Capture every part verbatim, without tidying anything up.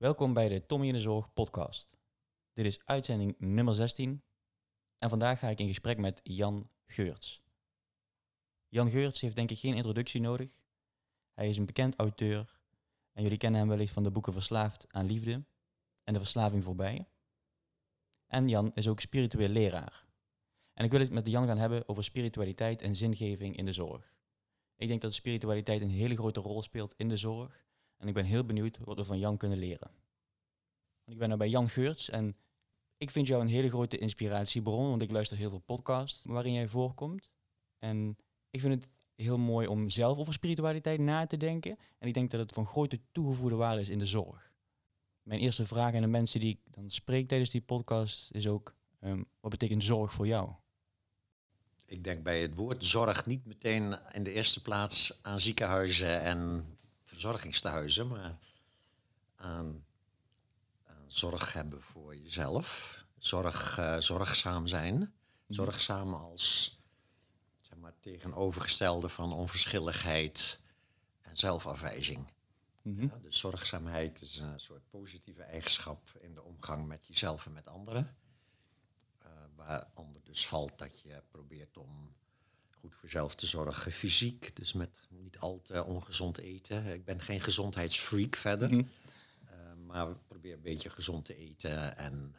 Welkom bij de Tommy in de Zorg podcast. Dit is uitzending nummer zestien en vandaag ga ik in gesprek met Jan Geurts. Jan Geurts heeft denk ik geen introductie nodig. Hij is een bekend auteur en jullie kennen hem wellicht van de boeken Verslaafd aan Liefde en De Verslaving Voorbij. En Jan is ook spiritueel leraar. En ik wil het met Jan gaan hebben over spiritualiteit en zingeving in de zorg. Ik denk dat spiritualiteit een hele grote rol speelt in de zorg en ik ben heel benieuwd wat we van Jan kunnen leren. Ik ben nu bij Jan Geurts en ik vind jou een hele grote inspiratiebron, want ik luister heel veel podcasts waarin jij voorkomt. En ik vind het heel mooi om zelf over spiritualiteit na te denken. En ik denk dat het van grote toegevoegde waarde is in de zorg. Mijn eerste vraag aan de mensen die ik dan spreek tijdens die podcast is ook, um, wat betekent zorg voor jou? Ik denk bij het woord zorg niet meteen in de eerste plaats aan ziekenhuizen en verzorgingstehuizen, maar aan, aan zorg hebben voor jezelf. Zorg, uh, zorgzaam zijn. Mm. Zorgzaam als zeg maar, tegenovergestelde van onverschilligheid en zelfafwijzing. Mm-hmm. Ja, de zorgzaamheid is een soort positieve eigenschap in de omgang met jezelf en met anderen. Uh, waaronder dus valt dat je probeert om goed voor jezelf te zorgen, fysiek, dus met niet al te ongezond eten. Ik ben geen gezondheidsfreak verder, mm-hmm. uh, maar probeer een beetje gezond te eten en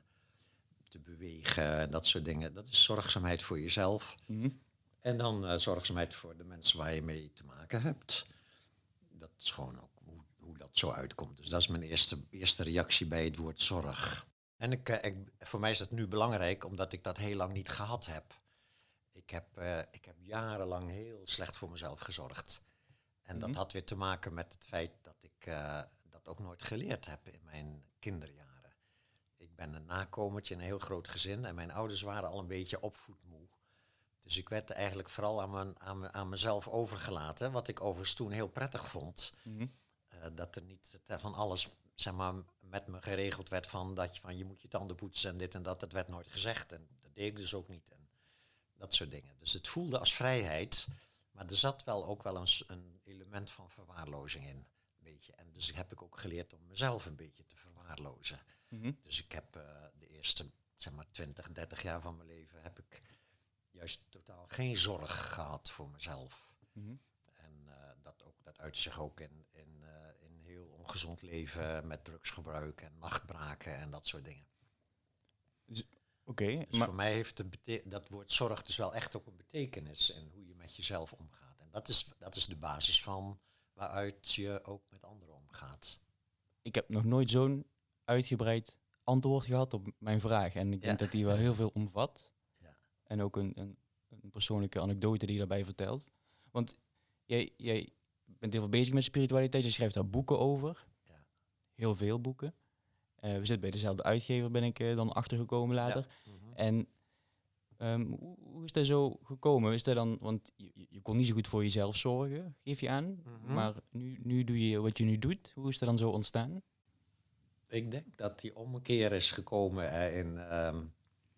te bewegen en dat soort dingen. Dat is zorgzaamheid voor jezelf. Mm-hmm. En dan uh, zorgzaamheid voor de mensen waar je mee te maken hebt. Dat is gewoon ook hoe, hoe dat zo uitkomt. Dus dat is mijn eerste, eerste reactie bij het woord zorg. En ik, ik, voor mij is dat nu belangrijk, omdat ik dat heel lang niet gehad heb. Ik heb, uh, ik heb jarenlang heel slecht voor mezelf gezorgd. En mm-hmm. dat had weer te maken met het feit dat ik uh, dat ook nooit geleerd heb in mijn kinderjaren. Ik ben een nakomertje in een heel groot gezin en mijn ouders waren al een beetje opvoedmoe. Dus ik werd eigenlijk vooral aan, mijn, aan, me, aan mezelf overgelaten, wat ik overigens toen heel prettig vond. Mm-hmm. Uh, dat er niet uh, van alles zeg maar, met me geregeld werd van dat je van je moet je tanden poetsen en dit en dat. Dat werd nooit gezegd en dat deed ik dus ook niet. En dat soort dingen. Dus het voelde als vrijheid, maar er zat wel ook wel een, een element van verwaarlozing in. Een beetje. En dus heb ik ook geleerd om mezelf een beetje te verwaarlozen. Mm-hmm. Dus ik heb uh, de eerste zeg maar twintig, dertig jaar van mijn leven heb ik juist totaal geen zorg gehad voor mezelf. Mm-hmm. En uh, dat, ook, dat uit zich ook in, in, uh, in heel ongezond leven met drugsgebruik en nachtbraken en dat soort dingen. Dus, okay, dus maar voor mij heeft de bete- dat woord zorg dus wel echt ook een betekenis in hoe je met jezelf omgaat. En dat is, dat is de basis van waaruit je ook met anderen omgaat. Ik heb nog nooit zo'n uitgebreid antwoord gehad op mijn vraag. En ik denk ja. dat die wel heel veel omvat. Ja. En ook een, een, een persoonlijke anekdote die je daarbij vertelt. Want jij, jij bent heel veel bezig met spiritualiteit. Je schrijft daar boeken over. Ja. Heel veel boeken. Uh, we zitten bij dezelfde uitgever, ben ik uh, dan achtergekomen later. Ja. Mm-hmm. En um, hoe, hoe is dat zo gekomen? Is dat dan, want je, je kon niet zo goed voor jezelf zorgen, geef je aan. Mm-hmm. Maar nu, nu doe je wat je nu doet. Hoe is dat dan zo ontstaan? Ik denk dat die ommekeer is gekomen uh, in um,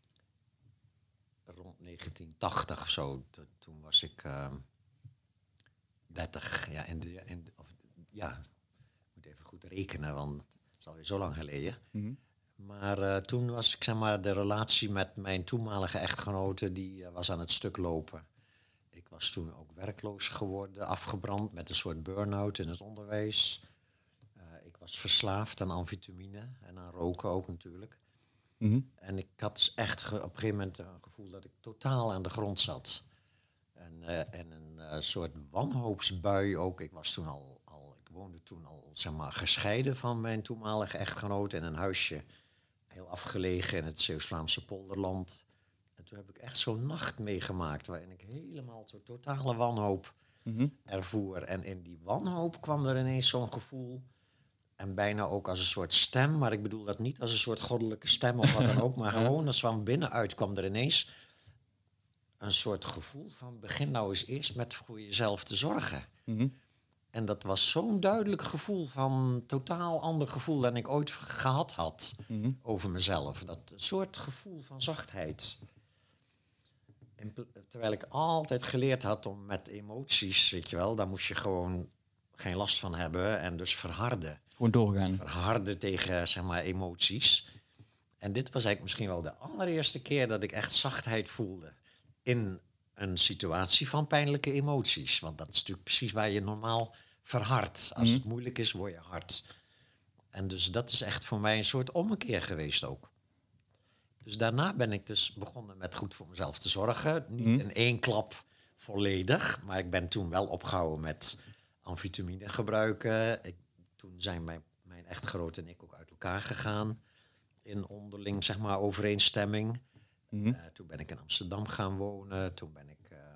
rond negentien tachtig of zo. To, toen was ik uh, dertig. Ja, in de, in de, of, ja, ik moet even goed rekenen, want het is alweer zo lang geleden. Mm-hmm. Maar uh, toen was ik, zeg maar, de relatie met mijn toenmalige echtgenote, die uh, was aan het stuk lopen. Ik was toen ook werkloos geworden, afgebrand met een soort burn-out in het onderwijs. Uh, ik was verslaafd aan amfetamine en aan roken ook natuurlijk. Mm-hmm. En ik had dus echt ge- op een gegeven moment een gevoel dat ik totaal aan de grond zat. En, uh, en een uh, soort wanhoopsbui ook. Ik was toen al, al, ik woonde toen al, zeg maar, gescheiden van mijn toenmalige echtgenoot in een huisje. Heel afgelegen in het Zeeuws-Vlaamse polderland. En toen heb ik echt zo'n nacht meegemaakt waarin ik helemaal zo'n totale wanhoop mm-hmm. ervoer. En in die wanhoop kwam er ineens zo'n gevoel. En bijna ook als een soort stem. Maar ik bedoel dat niet als een soort goddelijke stem of wat dan ook. Maar gewoon als van binnenuit kwam er ineens een soort gevoel van begin nou eens eerst met voor jezelf te zorgen. Mm-hmm. En dat was zo'n duidelijk gevoel van totaal ander gevoel dan ik ooit gehad had mm-hmm. over mezelf. Dat soort gevoel van zachtheid. En terwijl ik altijd geleerd had om met emoties, weet je wel, daar moest je gewoon geen last van hebben en dus verharden. Gewoon doorgaan. verharden tegen, zeg maar, emoties. En dit was eigenlijk misschien wel de allereerste keer dat ik echt zachtheid voelde in een situatie van pijnlijke emoties. Want dat is natuurlijk precies waar je normaal verhardt. Als Mhm. het moeilijk is, word je hard. En dus dat is echt voor mij een soort ommekeer geweest ook. Dus daarna ben ik dus begonnen met goed voor mezelf te zorgen. Niet Mhm. in één klap volledig, maar ik ben toen wel opgehouden met amfetamine gebruiken. Ik, toen zijn mijn, mijn echtgenoot en ik ook uit elkaar gegaan in onderling, zeg maar, overeenstemming. Mhm. Uh, toen ben ik in Amsterdam gaan wonen. Toen ben ik uh,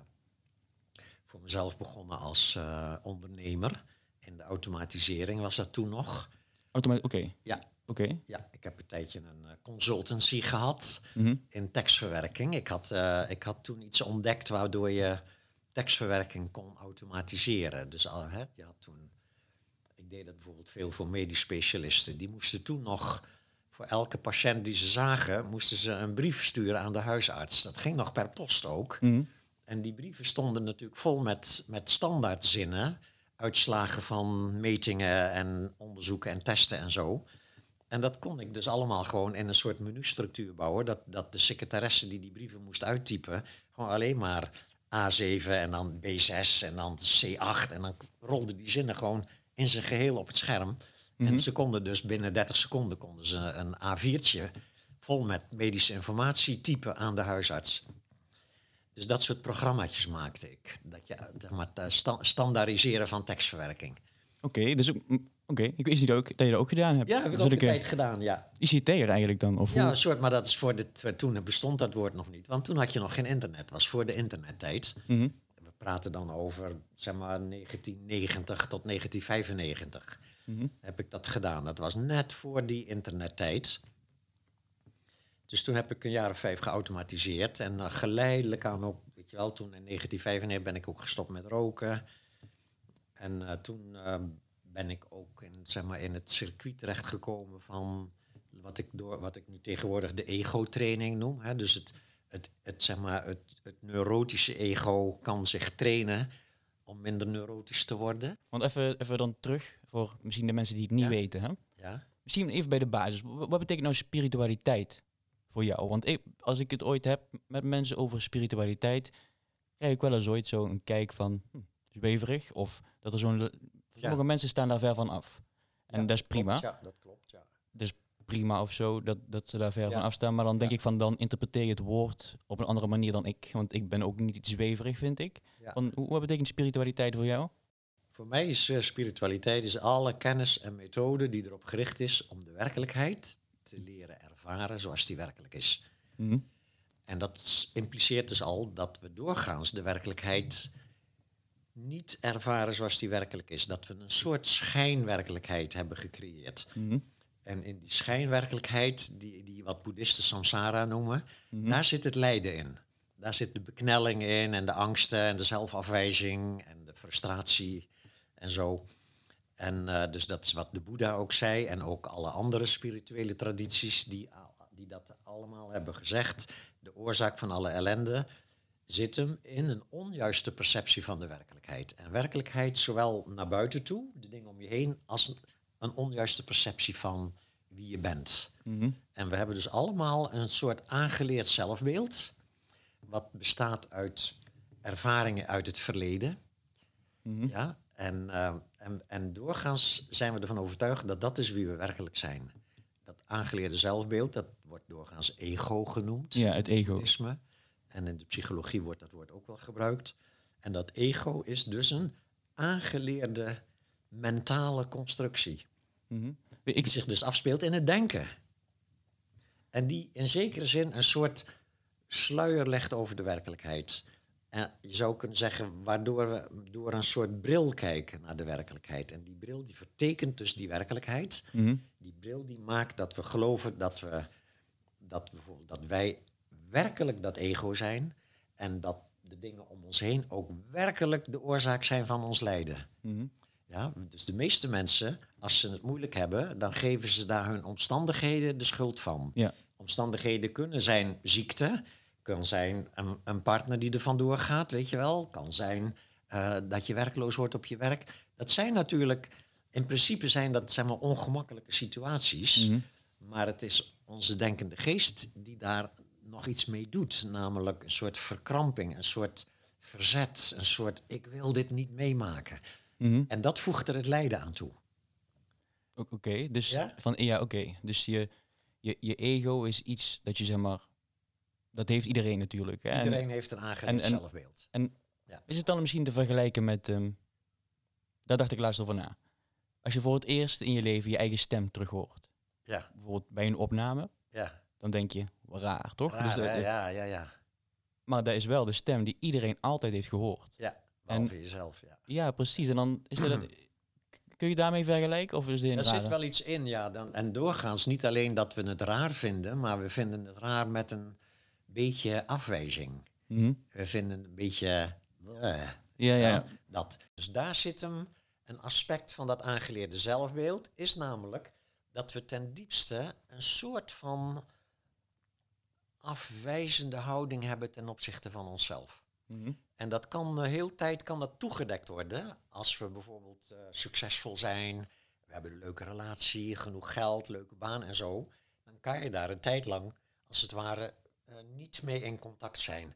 voor mezelf begonnen als uh, ondernemer. In de automatisering was dat toen nog. Automa- Oké. Okay. Ja. Oké. Okay. Ja, ik heb een tijdje een uh, consultancy gehad Mm-hmm. in tekstverwerking. Ik had, uh, ik had toen iets ontdekt waardoor je tekstverwerking kon automatiseren. Dus al, hè, je had toen, ik deed dat bijvoorbeeld veel voor medisch specialisten. Die moesten toen nog, voor elke patiënt die ze zagen, moesten ze een brief sturen aan de huisarts. Dat ging nog per post ook. Mm-hmm. En die brieven stonden natuurlijk vol met, met standaardzinnen, uitslagen van metingen en onderzoeken en testen en zo. En dat kon ik dus allemaal gewoon in een soort menustructuur bouwen. Dat, dat de secretaresse die die brieven moest uittypen, gewoon alleen maar A zeven en dan B zes en dan C acht. En dan rolden die zinnen gewoon in zijn geheel op het scherm. Mm-hmm. En ze konden dus binnen dertig seconden konden ze een A viertje vol met medische informatie typen aan de huisarts. Dus dat soort programmaatjes maakte ik. Dat je, zeg maar, het sta- standaardiseren van tekstverwerking. Oké, okay, dus oké, okay. Ik wist niet ook dat je dat ook gedaan hebt. Ja, heb ik ook de tijd gedaan, ja. I C T'er eigenlijk dan? Of ja, hoe? een soort, maar dat is voor de, toen bestond dat woord nog niet. Want toen had je nog geen internet. Het was voor de internettijd. Mm-hmm. We praten dan over, zeg maar, negentien negentig tot negentien vijfennegentig. Mm-hmm. Heb ik dat gedaan. Dat was net voor die internettijd. Dus toen heb ik een jaar of vijf geautomatiseerd. En uh, geleidelijk aan ook, weet je wel, toen in negentien vijfennegentig ben ik ook gestopt met roken. En uh, toen uh, ben ik ook in, zeg maar, in het circuit terechtgekomen van wat ik, door, wat ik nu tegenwoordig de ego-training noem. Hè. Dus het, het, het, zeg maar, het, het neurotische ego kan zich trainen om minder neurotisch te worden. Want even, even dan terug voor misschien de mensen die het niet ja? weten. Hè? Ja? Misschien even bij de basis. Wat betekent nou spiritualiteit voor jou? Want ik, als ik het ooit heb met mensen over spiritualiteit, krijg ik wel eens ooit zo een kijk van hm, zweverig. Of dat er zo'n... Sommige ja. mensen staan daar ver van af. En ja, dat is prima. Klopt, ja, dat klopt, ja. Dus prima of zo, dat, dat ze daar ver ja. van afstaan. Maar dan denk ja. ik van, dan interpreteer je het woord op een andere manier dan ik. Want ik ben ook niet iets zweverig, vind ik. Ja. Van, hoe, wat betekent spiritualiteit voor jou? Voor mij is uh, spiritualiteit is alle kennis en methode die erop gericht is om de werkelijkheid te leren ervaren zoals die werkelijk is. Mm-hmm. En dat impliceert dus al dat we doorgaans de werkelijkheid niet ervaren zoals die werkelijk is. Dat we een soort schijnwerkelijkheid hebben gecreëerd. Mm-hmm. En in die schijnwerkelijkheid, die, die wat boeddhisten samsara noemen, mm-hmm. daar zit het lijden in. Daar zit de beknelling in en de angsten en de zelfafwijzing en de frustratie en zo. En uh, dus dat is wat de Boeddha ook zei en ook alle andere spirituele tradities die, die dat allemaal hebben gezegd. De oorzaak van alle ellende zit hem in een onjuiste perceptie van de werkelijkheid. En werkelijkheid zowel naar buiten toe, de dingen om je heen, als een onjuiste perceptie van wie je bent. Mm-hmm. En we hebben dus allemaal een soort aangeleerd zelfbeeld, wat bestaat uit ervaringen uit het verleden. Mm-hmm. Ja, en, uh, en, en doorgaans zijn we ervan overtuigd dat dat is wie we werkelijk zijn. Dat aangeleerde zelfbeeld, dat wordt doorgaans ego genoemd. Ja, het ego. Boeddhisme. En in de psychologie wordt dat woord ook wel gebruikt. En dat ego is dus een aangeleerde mentale constructie. Mm-hmm. Ik... Die zich dus afspeelt in het denken. En die in zekere zin een soort sluier legt over de werkelijkheid. En je zou kunnen zeggen, waardoor we door een soort bril kijken naar de werkelijkheid. En die bril die vertekent dus die werkelijkheid. Mm-hmm. Die bril die maakt dat we geloven dat we, dat we bijvoorbeeld dat wij werkelijk dat ego zijn. En dat de dingen om ons heen ook werkelijk de oorzaak zijn van ons lijden. Mm-hmm. Ja, dus de meeste mensen, als ze het moeilijk hebben, dan geven ze daar hun omstandigheden de schuld van. Ja. Omstandigheden kunnen zijn ziekte, kan zijn een, een partner die er vandoor gaat, weet je wel. Kan zijn uh, dat je werkloos wordt op je werk. Dat zijn natuurlijk in principe zijn dat, zeg maar, ongemakkelijke situaties. Mhm. Maar het is onze denkende geest die daar nog iets mee doet. Namelijk een soort verkramping, een soort verzet, een soort ik wil dit niet meemaken. Mhm. En dat voegt er het lijden aan toe. O- Oké, dus Ja? van ja, oké. Dus je, je, je ego is iets dat je zeg maar, dat heeft iedereen natuurlijk. Hè? En- Iedereen heeft een aangeleerd en- en- zelfbeeld. En Ja. is het dan misschien te vergelijken met, ehm, daar dacht ik laatst over na. Als je voor het eerst in je leven je eigen stem terug hoort, Ja, bijvoorbeeld bij een opname, ja. dan denk je, wat raar, toch? Raar, Dus de- hè? de- Ja, ja, ja. Maar dat is wel de stem die iedereen altijd heeft gehoord. Ja, behalve jezelf, ja. Ja, precies. En dan is dat, kun je daarmee vergelijken? Of is dit een Er rare? zit wel iets in, ja. Dan, en doorgaans niet alleen dat we het raar vinden, maar we vinden het raar met een beetje afwijzing. Mhm. We vinden een beetje... eh, Ja, ja. wel, dat. Dus daar zit hem een aspect van dat aangeleerde zelfbeeld, is namelijk dat we ten diepste een soort van afwijzende houding hebben ten opzichte van onszelf. Mhm. En dat kan de hele tijd kan dat toegedekt worden. Als we bijvoorbeeld uh, succesvol zijn, we hebben een leuke relatie, genoeg geld, leuke baan en zo. Dan kan je daar een tijd lang, als het ware, uh, niet mee in contact zijn.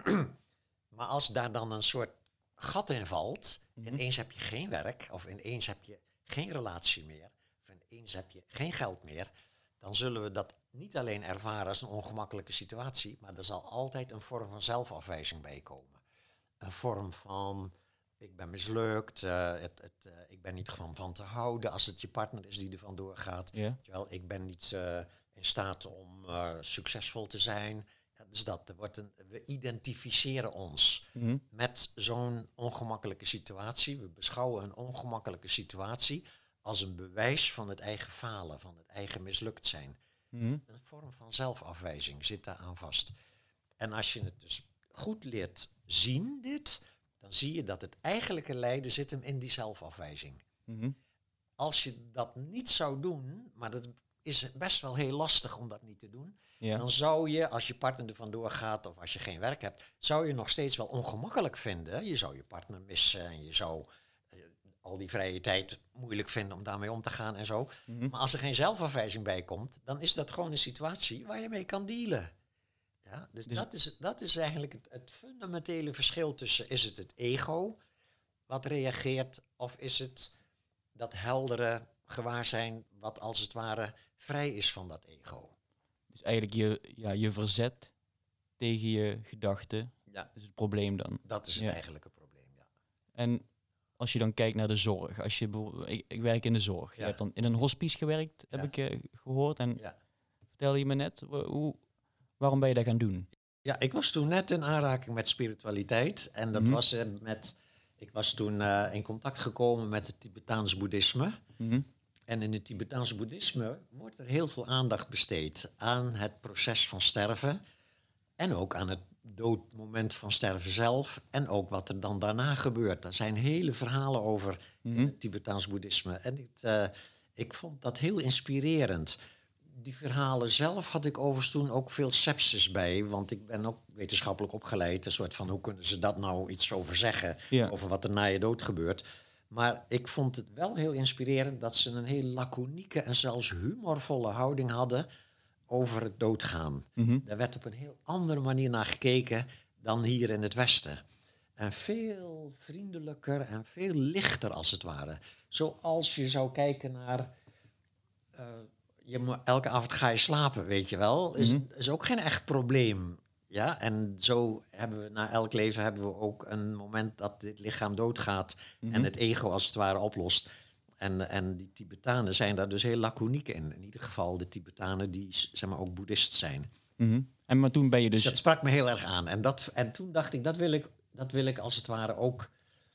Maar als daar dan een soort gat in valt, Mhm. ineens heb je geen werk, of ineens heb je geen relatie meer, of ineens heb je geen geld meer, dan zullen we dat niet alleen ervaren als een ongemakkelijke situatie, maar er zal altijd een vorm van zelfafwijzing bij komen. Een vorm van, ik ben mislukt, uh, het, het, uh, ik ben niet van, van te houden als het je partner is die er vandoor gaat. Ja. Terwijl ik ben niet uh, in staat om uh, succesvol te zijn. Ja, dus dat, er wordt een, we identificeren ons Mhm. met zo'n ongemakkelijke situatie. We beschouwen een ongemakkelijke situatie als een bewijs van het eigen falen, van het eigen mislukt zijn. Mhm. Een vorm van zelfafwijzing zit daar aan vast. En als je het dus goed leert zien, dit, dan zie je dat het eigenlijke lijden zit hem in die zelfafwijzing. Mhm. Als je dat niet zou doen, maar dat is best wel heel lastig om dat niet te doen, Ja. dan zou je, als je partner er vandoor gaat of als je geen werk hebt, zou je nog steeds wel ongemakkelijk vinden. Je zou je partner missen en je zou uh, al die vrije tijd moeilijk vinden om daarmee om te gaan en zo. Mhm. Maar als er geen zelfafwijzing bij komt, dan is dat gewoon een situatie waar je mee kan dealen. Ja, dus Dus- dat, is, dat is eigenlijk het, het fundamentele verschil tussen, is het het ego wat reageert of is het dat heldere gewaarzijn wat als het ware vrij is van dat ego. Dus eigenlijk je, ja, je verzet tegen je gedachten Ja, is het probleem dan. dat is het Ja. eigenlijke probleem, ja. En als je dan kijkt naar de zorg, als je bijvoorbeeld, ik, ik werk in de zorg. Je Ja. hebt dan in een hospice gewerkt, heb Ja. ik eh, gehoord. En Ja. vertelde je me net, wa- hoe, waarom ben je dat gaan doen? Ja, ik was toen net in aanraking met spiritualiteit. En dat Mhm. was eh, met... Ik was toen eh, in contact gekomen met het Tibetaans boeddhisme. Mhm. En in het Tibetaans boeddhisme wordt er heel veel aandacht besteed aan het proces van sterven. En ook aan het doodmoment van sterven zelf. En ook wat er dan daarna gebeurt. Er zijn hele verhalen over Mhm. in het Tibetaans boeddhisme. En het, uh, ik vond dat heel inspirerend. Die verhalen zelf had ik overigens toen ook veel sepsis bij. Want ik ben ook wetenschappelijk opgeleid. Een soort van, hoe kunnen ze dat nou iets over zeggen? Ja. Over wat er na je dood gebeurt. Maar ik vond het wel heel inspirerend dat ze een heel laconieke en zelfs humorvolle houding hadden over het doodgaan. Mhm. Daar werd op een heel andere manier naar gekeken dan hier in het Westen. En veel vriendelijker en veel lichter als het ware. Zoals je zou kijken naar... Uh, je mo- elke avond ga je slapen, weet je wel. Is, Mhm. is ook geen echt probleem. Ja? En zo hebben we na elk leven hebben we ook een moment dat dit lichaam doodgaat. Mhm. En het ego als het ware oplost. En, en die Tibetanen zijn daar dus heel laconiek in. In ieder geval de Tibetanen die zeg maar, ook boeddhist zijn. Mhm. En maar toen ben je Dus dus... dat sprak me heel erg aan. En, dat, en toen dacht ik, dat wil ik, dat wil ik als het ware ook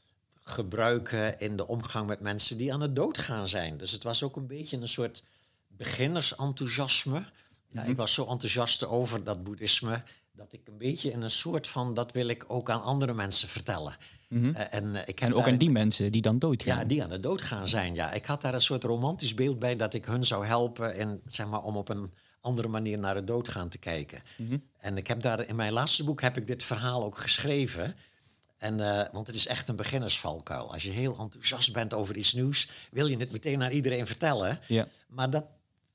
gebruiken in de omgang met mensen die aan het doodgaan zijn. Dus het was ook een beetje een soort beginnersenthousiasme. Ja, Mhm. ik was zo enthousiast over dat boeddhisme, dat ik een beetje in een soort van, dat wil ik ook aan andere mensen vertellen. Mhm. Uh, en, uh, ik heb En ook daar- aan die mensen die dan doodgaan. Ja, die aan de dood gaan zijn. Ja, ik had daar een soort romantisch beeld bij dat ik hun zou helpen in, zeg maar, om op een andere manier naar het doodgaan te kijken. Mhm. En ik heb daar in mijn laatste boek heb ik dit verhaal ook geschreven. En, uh, want het is echt een beginnersvalkuil. Als je heel enthousiast bent over iets nieuws, wil je het meteen naar iedereen vertellen. Ja. Maar dat,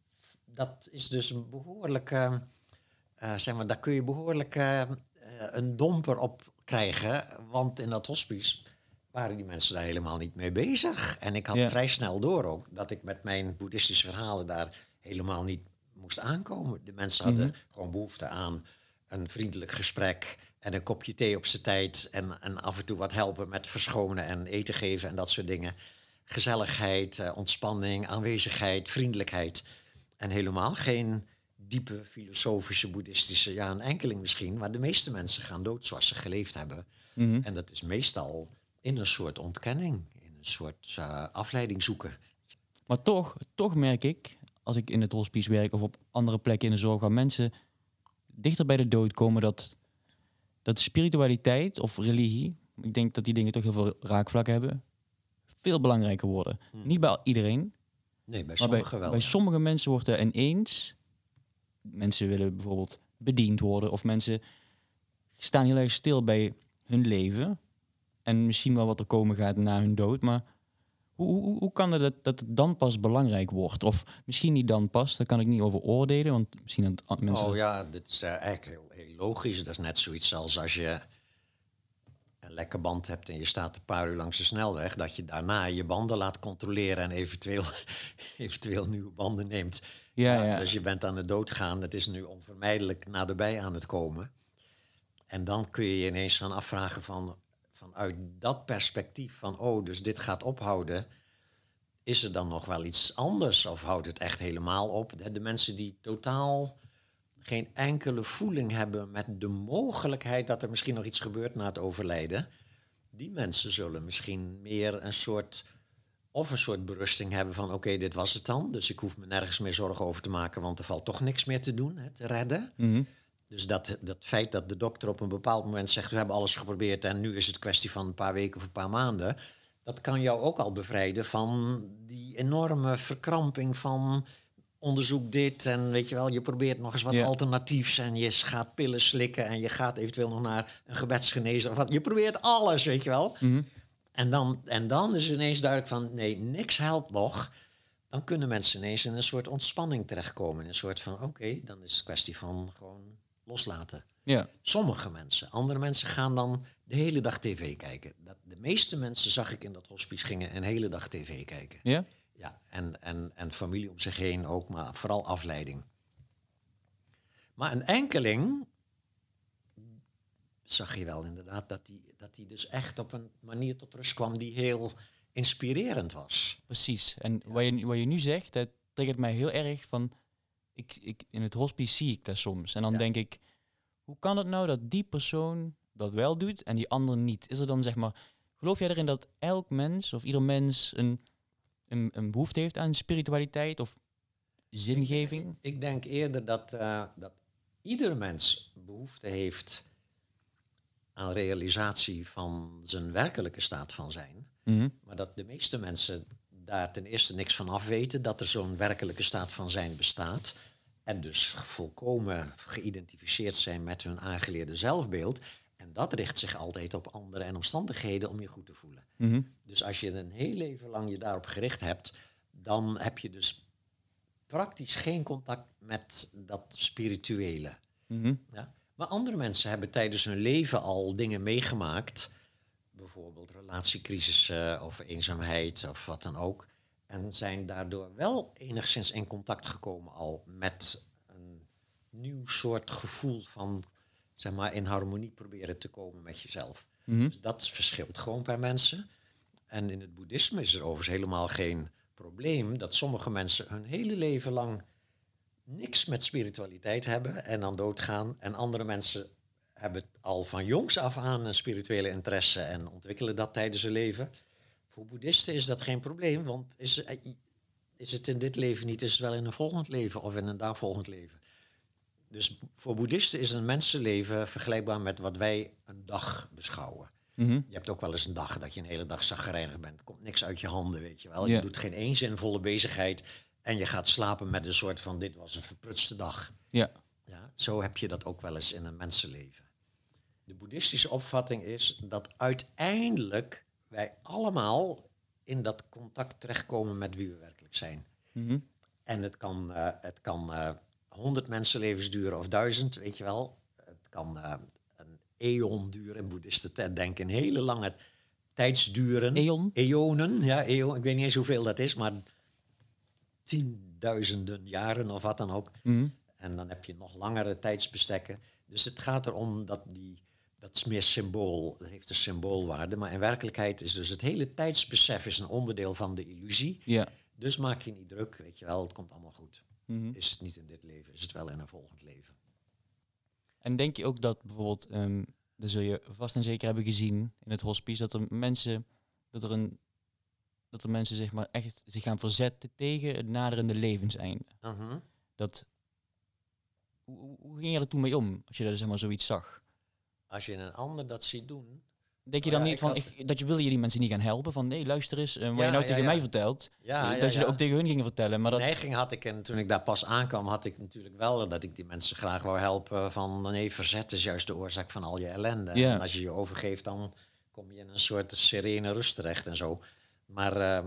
dat is dus een behoorlijk, uh, uh, zeg maar, daar kun je behoorlijk uh, uh, een domper op krijgen. Want in dat hospice waren die mensen daar helemaal niet mee bezig. En ik had Ja. vrij snel door ook dat ik met mijn boeddhistische verhalen daar helemaal niet moest aankomen. De mensen hadden Mm-hmm. gewoon behoefte aan een vriendelijk gesprek en een kopje thee op zijn tijd en, en af en toe wat helpen met verschonen en eten geven en dat soort dingen. Gezelligheid, uh, ontspanning, aanwezigheid, vriendelijkheid. En helemaal geen diepe filosofische, boeddhistische, ja, een enkeling misschien, maar de meeste mensen gaan dood zoals ze geleefd hebben. Mm-hmm. En dat is meestal in een soort ontkenning, in een soort uh, afleiding zoeken. Maar toch, toch merk ik, als ik in het hospice werk of op andere plekken in de zorg, waar mensen dichter bij de dood komen, dat, dat spiritualiteit of religie, ik denk dat die dingen toch heel veel raakvlak hebben, veel belangrijker worden. Hmm. Niet bij iedereen. Nee, bij sommigen bij, wel. Bij ja. sommige mensen wordt er ineens, mensen willen bijvoorbeeld bediend worden of mensen staan heel erg stil bij hun leven en misschien wel wat er komen gaat na hun dood, maar Hoe, hoe, hoe kan het dat, dat het dan pas belangrijk wordt? Of misschien niet dan pas, daar kan ik niet over oordelen. Want misschien dat mensen... Oh ja, dit is uh, eigenlijk heel, heel logisch. Dat is net zoiets als als je een lekke band hebt en je staat een paar uur langs de snelweg, dat je daarna je banden laat controleren en eventueel, eventueel nieuwe banden neemt. Ja, ja, ja. Dus je bent aan het doodgaan. Het is nu onvermijdelijk naderbij aan het komen. En dan kun je je ineens gaan afvragen van... vanuit dat perspectief van, oh, dus dit gaat ophouden, is er dan nog wel iets anders of houdt het echt helemaal op? De, de mensen die totaal geen enkele voeling hebben met de mogelijkheid dat er misschien nog iets gebeurt na het overlijden, die mensen zullen misschien meer een soort, of een soort berusting hebben van, oké, okay, dit was het dan, dus ik hoef me nergens meer zorgen over te maken, want er valt toch niks meer te doen, hè, te redden. Mm-hmm. Dus dat, dat feit dat de dokter op een bepaald moment zegt, we hebben alles geprobeerd en nu is het kwestie van een paar weken of een paar maanden, dat kan jou ook al bevrijden van die enorme verkramping van onderzoek dit en weet je wel, je probeert nog eens wat ja. alternatiefs en je gaat pillen slikken en je gaat eventueel nog naar een gebedsgenezer of wat. Je probeert alles, weet je wel. Mm-hmm. En, dan, en dan is het ineens duidelijk van, nee, niks helpt nog. Dan kunnen mensen ineens in een soort ontspanning terechtkomen. In een soort van, oké, okay, dan is het kwestie van gewoon loslaten. Ja. Sommige mensen. Andere mensen gaan dan de hele dag tv kijken. Dat, de meeste mensen, zag ik in dat hospice, gingen een hele dag tv kijken. Ja? Ja, en, en, en familie om zich heen ook, maar vooral afleiding. Maar een enkeling zag je wel inderdaad dat die, dat die dus echt op een manier tot rust kwam die heel inspirerend was. Precies. En Ja. wat, je, wat je nu zegt, dat triggert mij heel erg van, ik, ik, in het hospice zie ik dat soms. En dan Ja. denk ik, hoe kan het nou dat die persoon dat wel doet en die ander niet? Is er dan zeg maar, geloof jij erin dat elk mens of ieder mens een, een, een behoefte heeft aan spiritualiteit of zingeving? Ik, ik denk eerder dat, uh, dat ieder mens behoefte heeft aan realisatie van zijn werkelijke staat van zijn. Mm-hmm. Maar dat de meeste mensen daar ten eerste niks van af weten, dat er zo'n werkelijke staat van zijn bestaat. En dus volkomen geïdentificeerd zijn met hun aangeleerde zelfbeeld. En dat richt zich altijd op anderen en omstandigheden om je goed te voelen. Mm-hmm. Dus als je een heel leven lang je daarop gericht hebt, dan heb je dus praktisch geen contact met dat spirituele. Mm-hmm. Ja? Maar andere mensen hebben tijdens hun leven al dingen meegemaakt, bijvoorbeeld relatiecrisissen of eenzaamheid of wat dan ook, en zijn daardoor wel enigszins in contact gekomen al met een nieuw soort gevoel van, zeg maar, in harmonie proberen te komen met jezelf. Mm-hmm. Dus dat verschilt gewoon per mensen. En in het boeddhisme is er overigens helemaal geen probleem dat sommige mensen hun hele leven lang niks met spiritualiteit hebben en dan doodgaan. En andere mensen hebben al van jongs af aan een spirituele interesse en ontwikkelen dat tijdens hun leven. Voor boeddhisten is dat geen probleem, want is, is het in dit leven niet, is het wel in een volgend leven of in een daarvolgend leven. Dus voor boeddhisten is een mensenleven vergelijkbaar met wat wij een dag beschouwen. Mm-hmm. Je hebt ook wel eens een dag dat je een hele dag chagrijnig bent. Er komt niks uit je handen, weet je wel. Ja. Je doet geen één zinvolle bezigheid en je gaat slapen met een soort van, dit was een verprutste dag. Ja. Ja, zo heb je dat ook wel eens in een mensenleven. De boeddhistische opvatting is dat uiteindelijk wij allemaal in dat contact terechtkomen met wie we werkelijk zijn. Mm-hmm. En het kan, uh, het kan uh, honderd mensenlevens duren of duizend, weet je wel. Het kan uh, een eon duren. Boeddhisten denken een hele lange tijdsduren. Eon? Eonen, ja, eon. Ik weet niet eens hoeveel dat is, maar tienduizenden jaren of wat dan ook. Mm-hmm. En dan heb je nog langere tijdsbestekken. Dus het gaat erom dat die... Dat is meer symbool, dat heeft een symboolwaarde. Maar in werkelijkheid is dus het hele tijdsbesef is een onderdeel van de illusie. Ja. Dus maak je niet druk, weet je wel, het komt allemaal goed. Mm-hmm. Is het niet in dit leven, is het wel in een volgend leven. En denk je ook dat bijvoorbeeld, um, dat zul je vast en zeker hebben gezien in het hospice, dat er mensen, dat er een, dat er mensen zeg maar echt zich gaan verzetten tegen het naderende levenseinde. Uh-huh. Dat, hoe, hoe ging je er toen mee om, als je dat zeg maar zoiets zag? Als je een ander dat ziet doen... Denk je oh dan ja, niet van, had... ik, dat je wil je die mensen niet gaan helpen? Van nee, luister eens, uh, wat ja, je nou ja, tegen ja. mij vertelt, ja, uh, ja, dat je ja. dat ook tegen hun ging vertellen. Maar dat... De neiging had ik, en toen ik daar pas aankwam, had ik natuurlijk wel dat ik die mensen graag wou helpen van, nee, verzet is juist de oorzaak van al je ellende. Ja. En als je je overgeeft, dan kom je in een soort serene rust terecht en zo. Maar uh,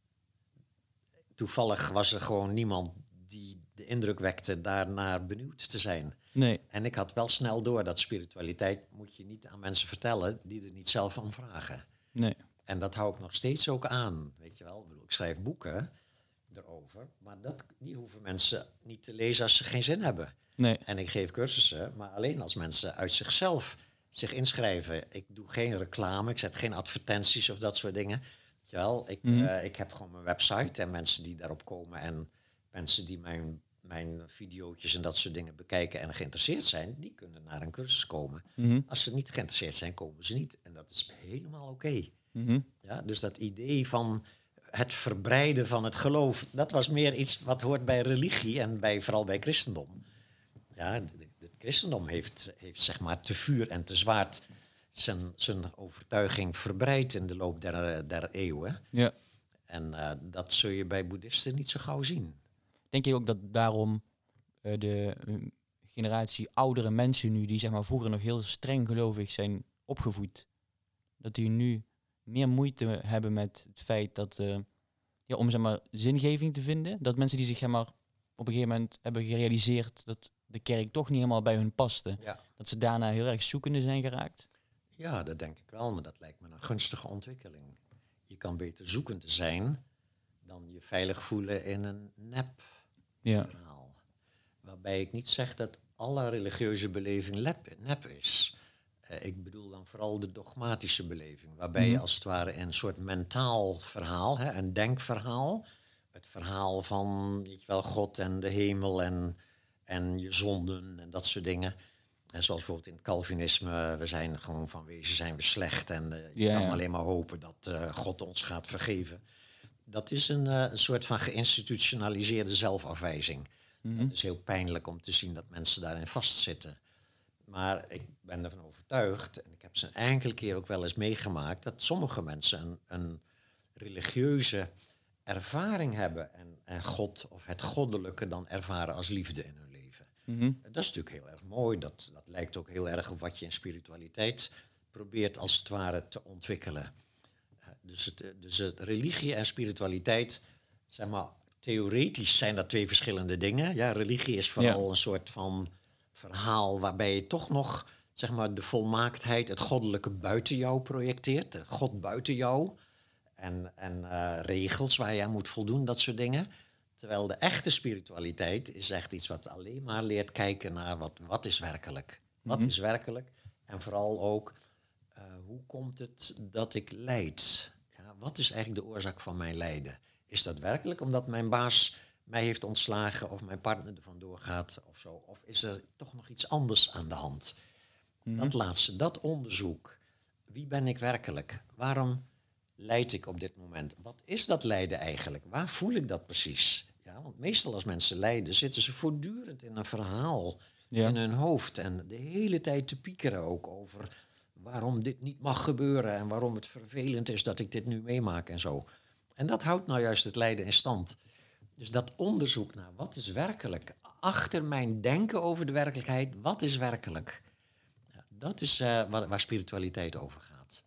toevallig was er gewoon niemand die de indruk wekte daarnaar benieuwd te zijn. Nee. En ik had wel snel door dat spiritualiteit moet je niet aan mensen vertellen die er niet zelf om vragen. Nee. En dat hou ik nog steeds ook aan, weet je wel. Ik bedoel, ik schrijf boeken erover, maar dat, die hoeven mensen niet te lezen als ze geen zin hebben. Nee. En ik geef cursussen, maar alleen als mensen uit zichzelf zich inschrijven. Ik doe geen reclame, ik zet geen advertenties of dat soort dingen. Weet je wel, ik, mm. uh, ik heb gewoon mijn website en mensen die daarop komen en mensen die mijn, mijn video's en dat soort dingen bekijken en geïnteresseerd zijn, die kunnen naar een cursus komen. Mm-hmm. Als ze niet geïnteresseerd zijn, komen ze niet. En dat is helemaal oké. Okay. Mm-hmm. Ja, dus dat idee van het verbreiden van het geloof, dat was meer iets wat hoort bij religie en bij, vooral bij christendom. Ja, het christendom heeft, heeft zeg maar te vuur en te zwaard zijn, zijn overtuiging verbreid in de loop der, der eeuwen. Ja. En uh, dat zul je bij boeddhisten niet zo gauw zien. Denk je ook dat daarom uh, de uh, generatie oudere mensen nu, die zeg maar vroeger nog heel streng gelovig zijn opgevoed, dat die nu meer moeite hebben met het feit dat, uh, ja, om zeg maar zingeving te vinden, dat mensen die zich zeg maar op een gegeven moment hebben gerealiseerd dat de kerk toch niet helemaal bij hun paste, Ja. dat ze daarna heel erg zoekende zijn geraakt? Ja, dat denk ik wel, maar dat lijkt me een gunstige ontwikkeling. Je kan beter zoekend zijn dan je veilig voelen in een nep ja. verhaal. Waarbij ik niet zeg dat alle religieuze beleving lep, nep is. Uh, ik bedoel dan vooral de dogmatische beleving, waarbij mm-hmm. je als het ware een soort mentaal verhaal, hè, een denkverhaal, het verhaal van, weet je wel, God en de hemel en, en je zonden en dat soort dingen. En zoals bijvoorbeeld in het Calvinisme, we zijn gewoon van wezen zijn we slecht en uh, je ja, kan ja. alleen maar hopen dat uh, God ons gaat vergeven. Dat is een, uh, een soort van geïnstitutionaliseerde zelfafwijzing. Mm-hmm. Het is heel pijnlijk om te zien dat mensen daarin vastzitten. Maar ik ben ervan overtuigd, en ik heb ze een enkele keer ook wel eens meegemaakt, dat sommige mensen een, een religieuze ervaring hebben en, en God of het goddelijke dan ervaren als liefde in hun leven. Mm-hmm. Dat is natuurlijk heel erg mooi. Dat, dat lijkt ook heel erg op wat je in spiritualiteit probeert als het ware te ontwikkelen. Dus, het, dus het religie en spiritualiteit, zeg maar, theoretisch zijn dat twee verschillende dingen. Ja, religie is vooral ja. een soort van verhaal waarbij je toch nog, zeg maar, de volmaaktheid, het goddelijke buiten jou projecteert. De God buiten jou. En, en uh, regels waar je aan moet voldoen, dat soort dingen. Terwijl de echte spiritualiteit is echt iets wat alleen maar leert kijken naar wat, wat is werkelijk. Wat mm-hmm. is werkelijk? En vooral ook, uh, hoe komt het dat ik lijd? Ja, wat is eigenlijk de oorzaak van mijn lijden? Is dat werkelijk omdat mijn baas mij heeft ontslagen of mijn partner er vandoor gaat of zo? Of is er toch nog iets anders aan de hand? Mm-hmm. Dat laatste, dat onderzoek. Wie ben ik werkelijk? Waarom lijd ik op dit moment? Wat is dat lijden eigenlijk? Waar voel ik dat precies? Ja, want meestal als mensen lijden, zitten ze voortdurend in een verhaal ja. in hun hoofd. En de hele tijd te piekeren ook over waarom dit niet mag gebeuren en waarom het vervelend is dat ik dit nu meemaak en zo. En dat houdt nou juist het lijden in stand. Dus dat onderzoek naar wat is werkelijk, achter mijn denken over de werkelijkheid, wat is werkelijk? Ja, dat is uh, waar, waar spiritualiteit over gaat.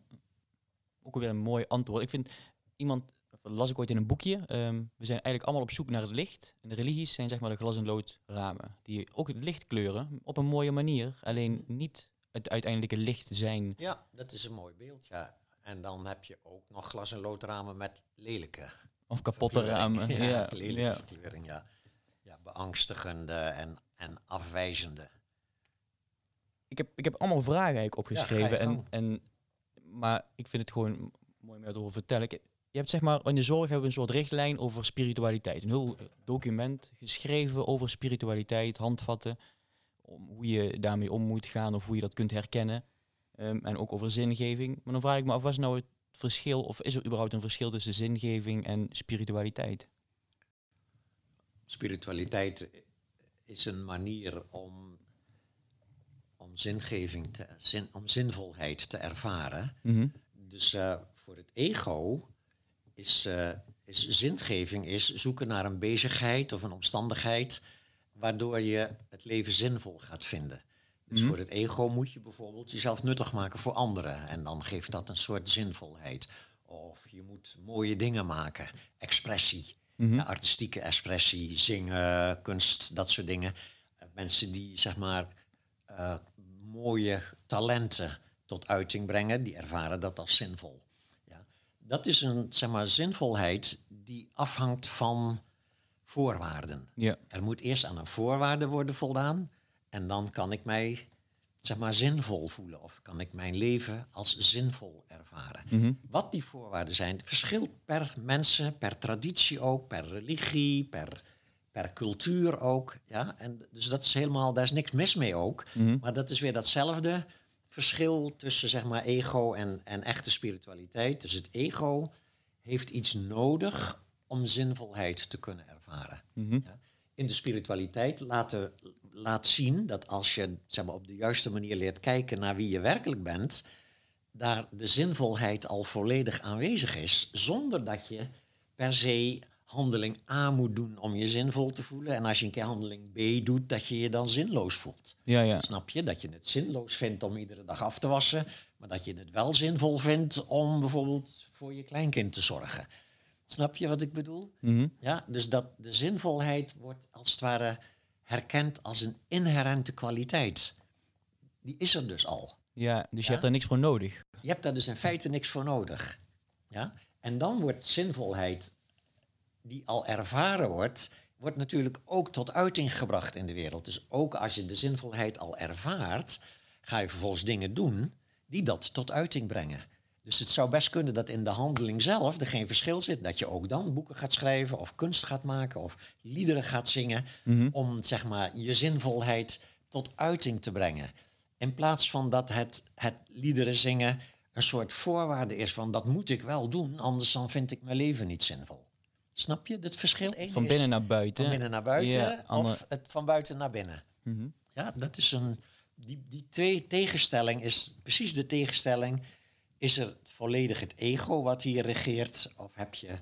Ook weer een mooi antwoord. Ik vind iemand, las ik ooit in een boekje, um, we zijn eigenlijk allemaal op zoek naar het licht. En de religies zijn zeg maar de glas- en lood ramen. Die ook het licht kleuren op een mooie manier. Alleen niet het uiteindelijke licht zijn. Ja, dat is een mooi beeld, ja. En dan heb je ook nog glas- en loodramen met lelijke. Of kapotte ramen. Ja, ja, lelijke ja. verkleuring, ja. Ja, beangstigende en, en afwijzende. Ik heb, ik heb allemaal vragen eigenlijk opgeschreven. Ja, en, en, maar ik vind het gewoon mooi om erover te vertellen. Ik, je hebt zeg maar, in de zorg hebben we een soort richtlijn over spiritualiteit. Een heel document geschreven over spiritualiteit, handvatten. Om hoe je daarmee om moet gaan of hoe je dat kunt herkennen. Um, en ook over zingeving. Maar dan vraag ik me af, wat is nou het verschil, of is er überhaupt een verschil tussen zingeving en spiritualiteit? Spiritualiteit is een manier om, om zingeving, te, zin, om zinvolheid te ervaren. Mm-hmm. Dus uh, voor het ego is, uh, is zingeving is zoeken naar een bezigheid of een omstandigheid waardoor je het leven zinvol gaat vinden. Dus mm-hmm. voor het ego moet je bijvoorbeeld jezelf nuttig maken voor anderen. En dan geeft dat een soort zinvolheid. Of je moet mooie dingen maken. Expressie. Mm-hmm. Ja, artistieke expressie, zingen, kunst, dat soort dingen. Uh, mensen die, zeg maar, uh, mooie talenten tot uiting brengen, die ervaren dat als zinvol. Ja. Dat is een, zeg maar, zinvolheid die afhangt van voorwaarden. Ja. Er moet eerst aan een voorwaarde worden voldaan en dan kan ik mij, zeg maar, zinvol voelen of kan ik mijn leven als zinvol ervaren. Mm-hmm. Wat die voorwaarden zijn, verschilt per mensen, per traditie ook, per religie, per, per cultuur ook. Ja? En dus dat is helemaal, daar is niks mis mee ook. Mm-hmm. Maar dat is weer datzelfde verschil tussen, zeg maar, ego en, en echte spiritualiteit. Dus het ego heeft iets nodig om zinvolheid te kunnen ervaren. Mm-hmm. Ja? In de spiritualiteit laten, laat zien dat als je, zeg maar, op de juiste manier leert kijken naar wie je werkelijk bent, daar de zinvolheid al volledig aanwezig is, zonder dat je per se handeling A moet doen om je zinvol te voelen. En als je een keer handeling B doet, dat je je dan zinloos voelt. Ja, ja. Snap je? Dat je het zinloos vindt om iedere dag af te wassen, maar dat je het wel zinvol vindt om bijvoorbeeld voor je kleinkind te zorgen. Snap je wat ik bedoel? Mm-hmm. Ja, dus dat de zinvolheid wordt als het ware herkend als een inherente kwaliteit. Die is er dus al. Ja, dus ja? je hebt daar niks voor nodig. Je hebt daar dus in feite niks voor nodig. Ja? En dan wordt zinvolheid die al ervaren wordt, wordt natuurlijk ook tot uiting gebracht in de wereld. Dus ook als je de zinvolheid al ervaart, ga je vervolgens dingen doen die dat tot uiting brengen. Dus het zou best kunnen dat in de handeling zelf er geen verschil zit. Dat je ook dan boeken gaat schrijven of kunst gaat maken of liederen gaat zingen. Mm-hmm. Om, zeg maar, je zinvolheid tot uiting te brengen. In plaats van dat het, het liederen zingen een soort voorwaarde is van dat moet ik wel doen, anders dan vind ik mijn leven niet zinvol. Snap je het verschil? Eén Van binnen naar buiten. Van binnen naar buiten Ja, of ander... het van buiten naar binnen. Mm-hmm. Ja, dat is een, die, die twee tegenstelling is precies de tegenstelling. Is er volledig het ego wat hier regeert? Of heb je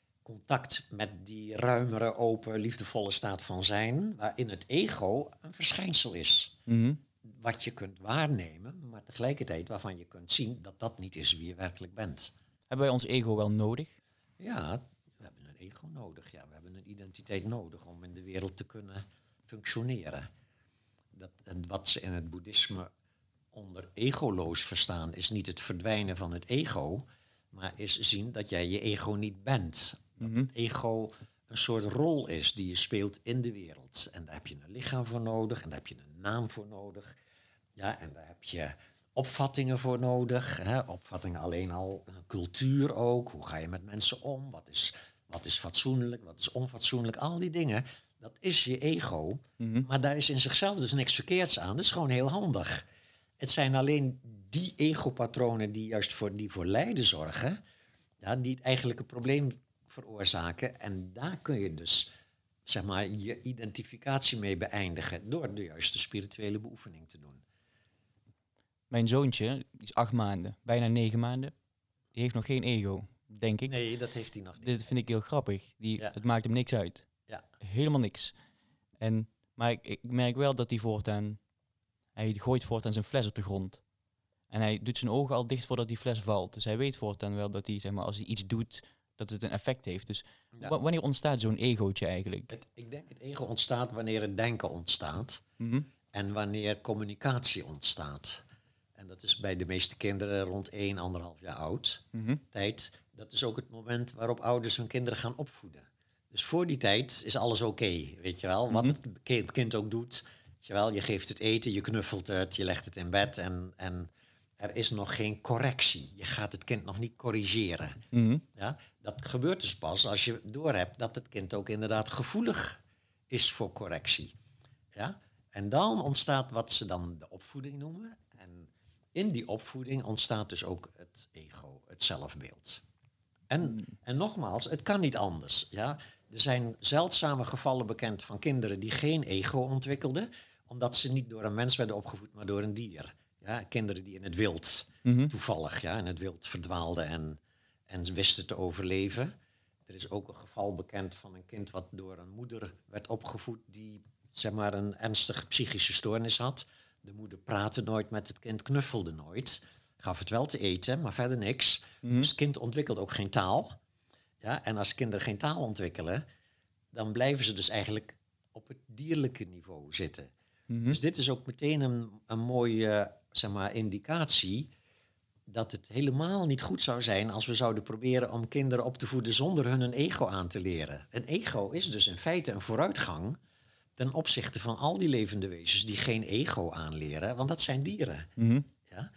contact met die ruimere, open, liefdevolle staat van zijn, waarin het ego een verschijnsel is? Mm-hmm. Wat je kunt waarnemen, maar tegelijkertijd waarvan je kunt zien dat dat niet is wie je werkelijk bent. Hebben wij ons ego wel nodig? Ja, we hebben een ego nodig. Ja, we hebben een identiteit nodig om in de wereld te kunnen functioneren. Dat, wat ze in het boeddhisme onder egoloos verstaan, is niet het verdwijnen van het ego, maar is zien dat jij je ego niet bent. Dat Mm-hmm. het ego een soort rol is die je speelt in de wereld. En daar heb je een lichaam voor nodig en daar heb je een naam voor nodig. Ja, en daar heb je opvattingen voor nodig. Hè? Opvattingen alleen al, cultuur ook. Hoe ga je met mensen om? Wat is, wat is fatsoenlijk? Wat is onfatsoenlijk? Al die dingen, dat is je ego. Mm-hmm. Maar daar is in zichzelf dus niks verkeerds aan. Dat is gewoon heel handig. Het zijn alleen die egopatronen die juist voor, die voor lijden zorgen, ja, die het eigenlijke probleem veroorzaken. En daar kun je dus, zeg maar, je identificatie mee beëindigen door de juiste spirituele beoefening te doen. Mijn zoontje, die is acht maanden, bijna negen maanden, die heeft nog geen ego, denk ik. Nee, dat heeft hij nog niet. Dit vind ik heel grappig. Die, Ja. Het maakt hem niks uit. Ja. Helemaal niks. En, maar ik, ik merk wel dat hij voortaan Hij gooit voortaan zijn fles op de grond. En hij doet zijn ogen al dicht voordat die fles valt. Dus hij weet voortaan wel dat hij, zeg maar, als hij iets doet, dat het een effect heeft. Dus Ja. w- wanneer ontstaat zo'n egootje eigenlijk? Het, ik denk het ego ontstaat wanneer het denken ontstaat. Mm-hmm. En wanneer communicatie ontstaat. En dat is bij de meeste kinderen rond één, anderhalf jaar oud. Mm-hmm. Tijd. Dat is ook het moment waarop ouders hun kinderen gaan opvoeden. Dus voor die tijd is alles oké, okay, weet je wel. Wat Mm-hmm. het kind, kind ook doet, weet je wel. Je geeft het eten, je knuffelt het, je legt het in bed en, en er is nog geen correctie. Je gaat het kind nog niet corrigeren. Mm-hmm. Ja? Dat gebeurt dus pas als je doorhebt dat het kind ook inderdaad gevoelig is voor correctie. Ja? En dan ontstaat wat ze dan de opvoeding noemen. En in die opvoeding ontstaat dus ook het ego, het zelfbeeld. En, en nogmaals, het kan niet anders. Ja? Er zijn zeldzame gevallen bekend van kinderen die geen ego ontwikkelden, omdat ze niet door een mens werden opgevoed, maar door een dier. Ja? Kinderen die in het wild, Mm-hmm. toevallig, ja, in het wild verdwaalden en, en wisten te overleven. Er is ook een geval bekend van een kind wat door een moeder werd opgevoed die, zeg maar, een ernstige psychische stoornis had. De moeder praatte nooit met het kind, knuffelde nooit. Gaf het wel te eten, maar verder niks. Mm-hmm. Dus het kind ontwikkelt ook geen taal. Ja, en als kinderen geen taal ontwikkelen, dan blijven ze dus eigenlijk op het dierlijke niveau zitten. Mm-hmm. Dus dit is ook meteen een, een mooie, zeg maar, indicatie dat het helemaal niet goed zou zijn als we zouden proberen om kinderen op te voeden zonder hun een ego aan te leren. Een ego is dus in feite een vooruitgang ten opzichte van al die levende wezens die geen ego aanleren, want dat zijn dieren. Mm-hmm. Ja?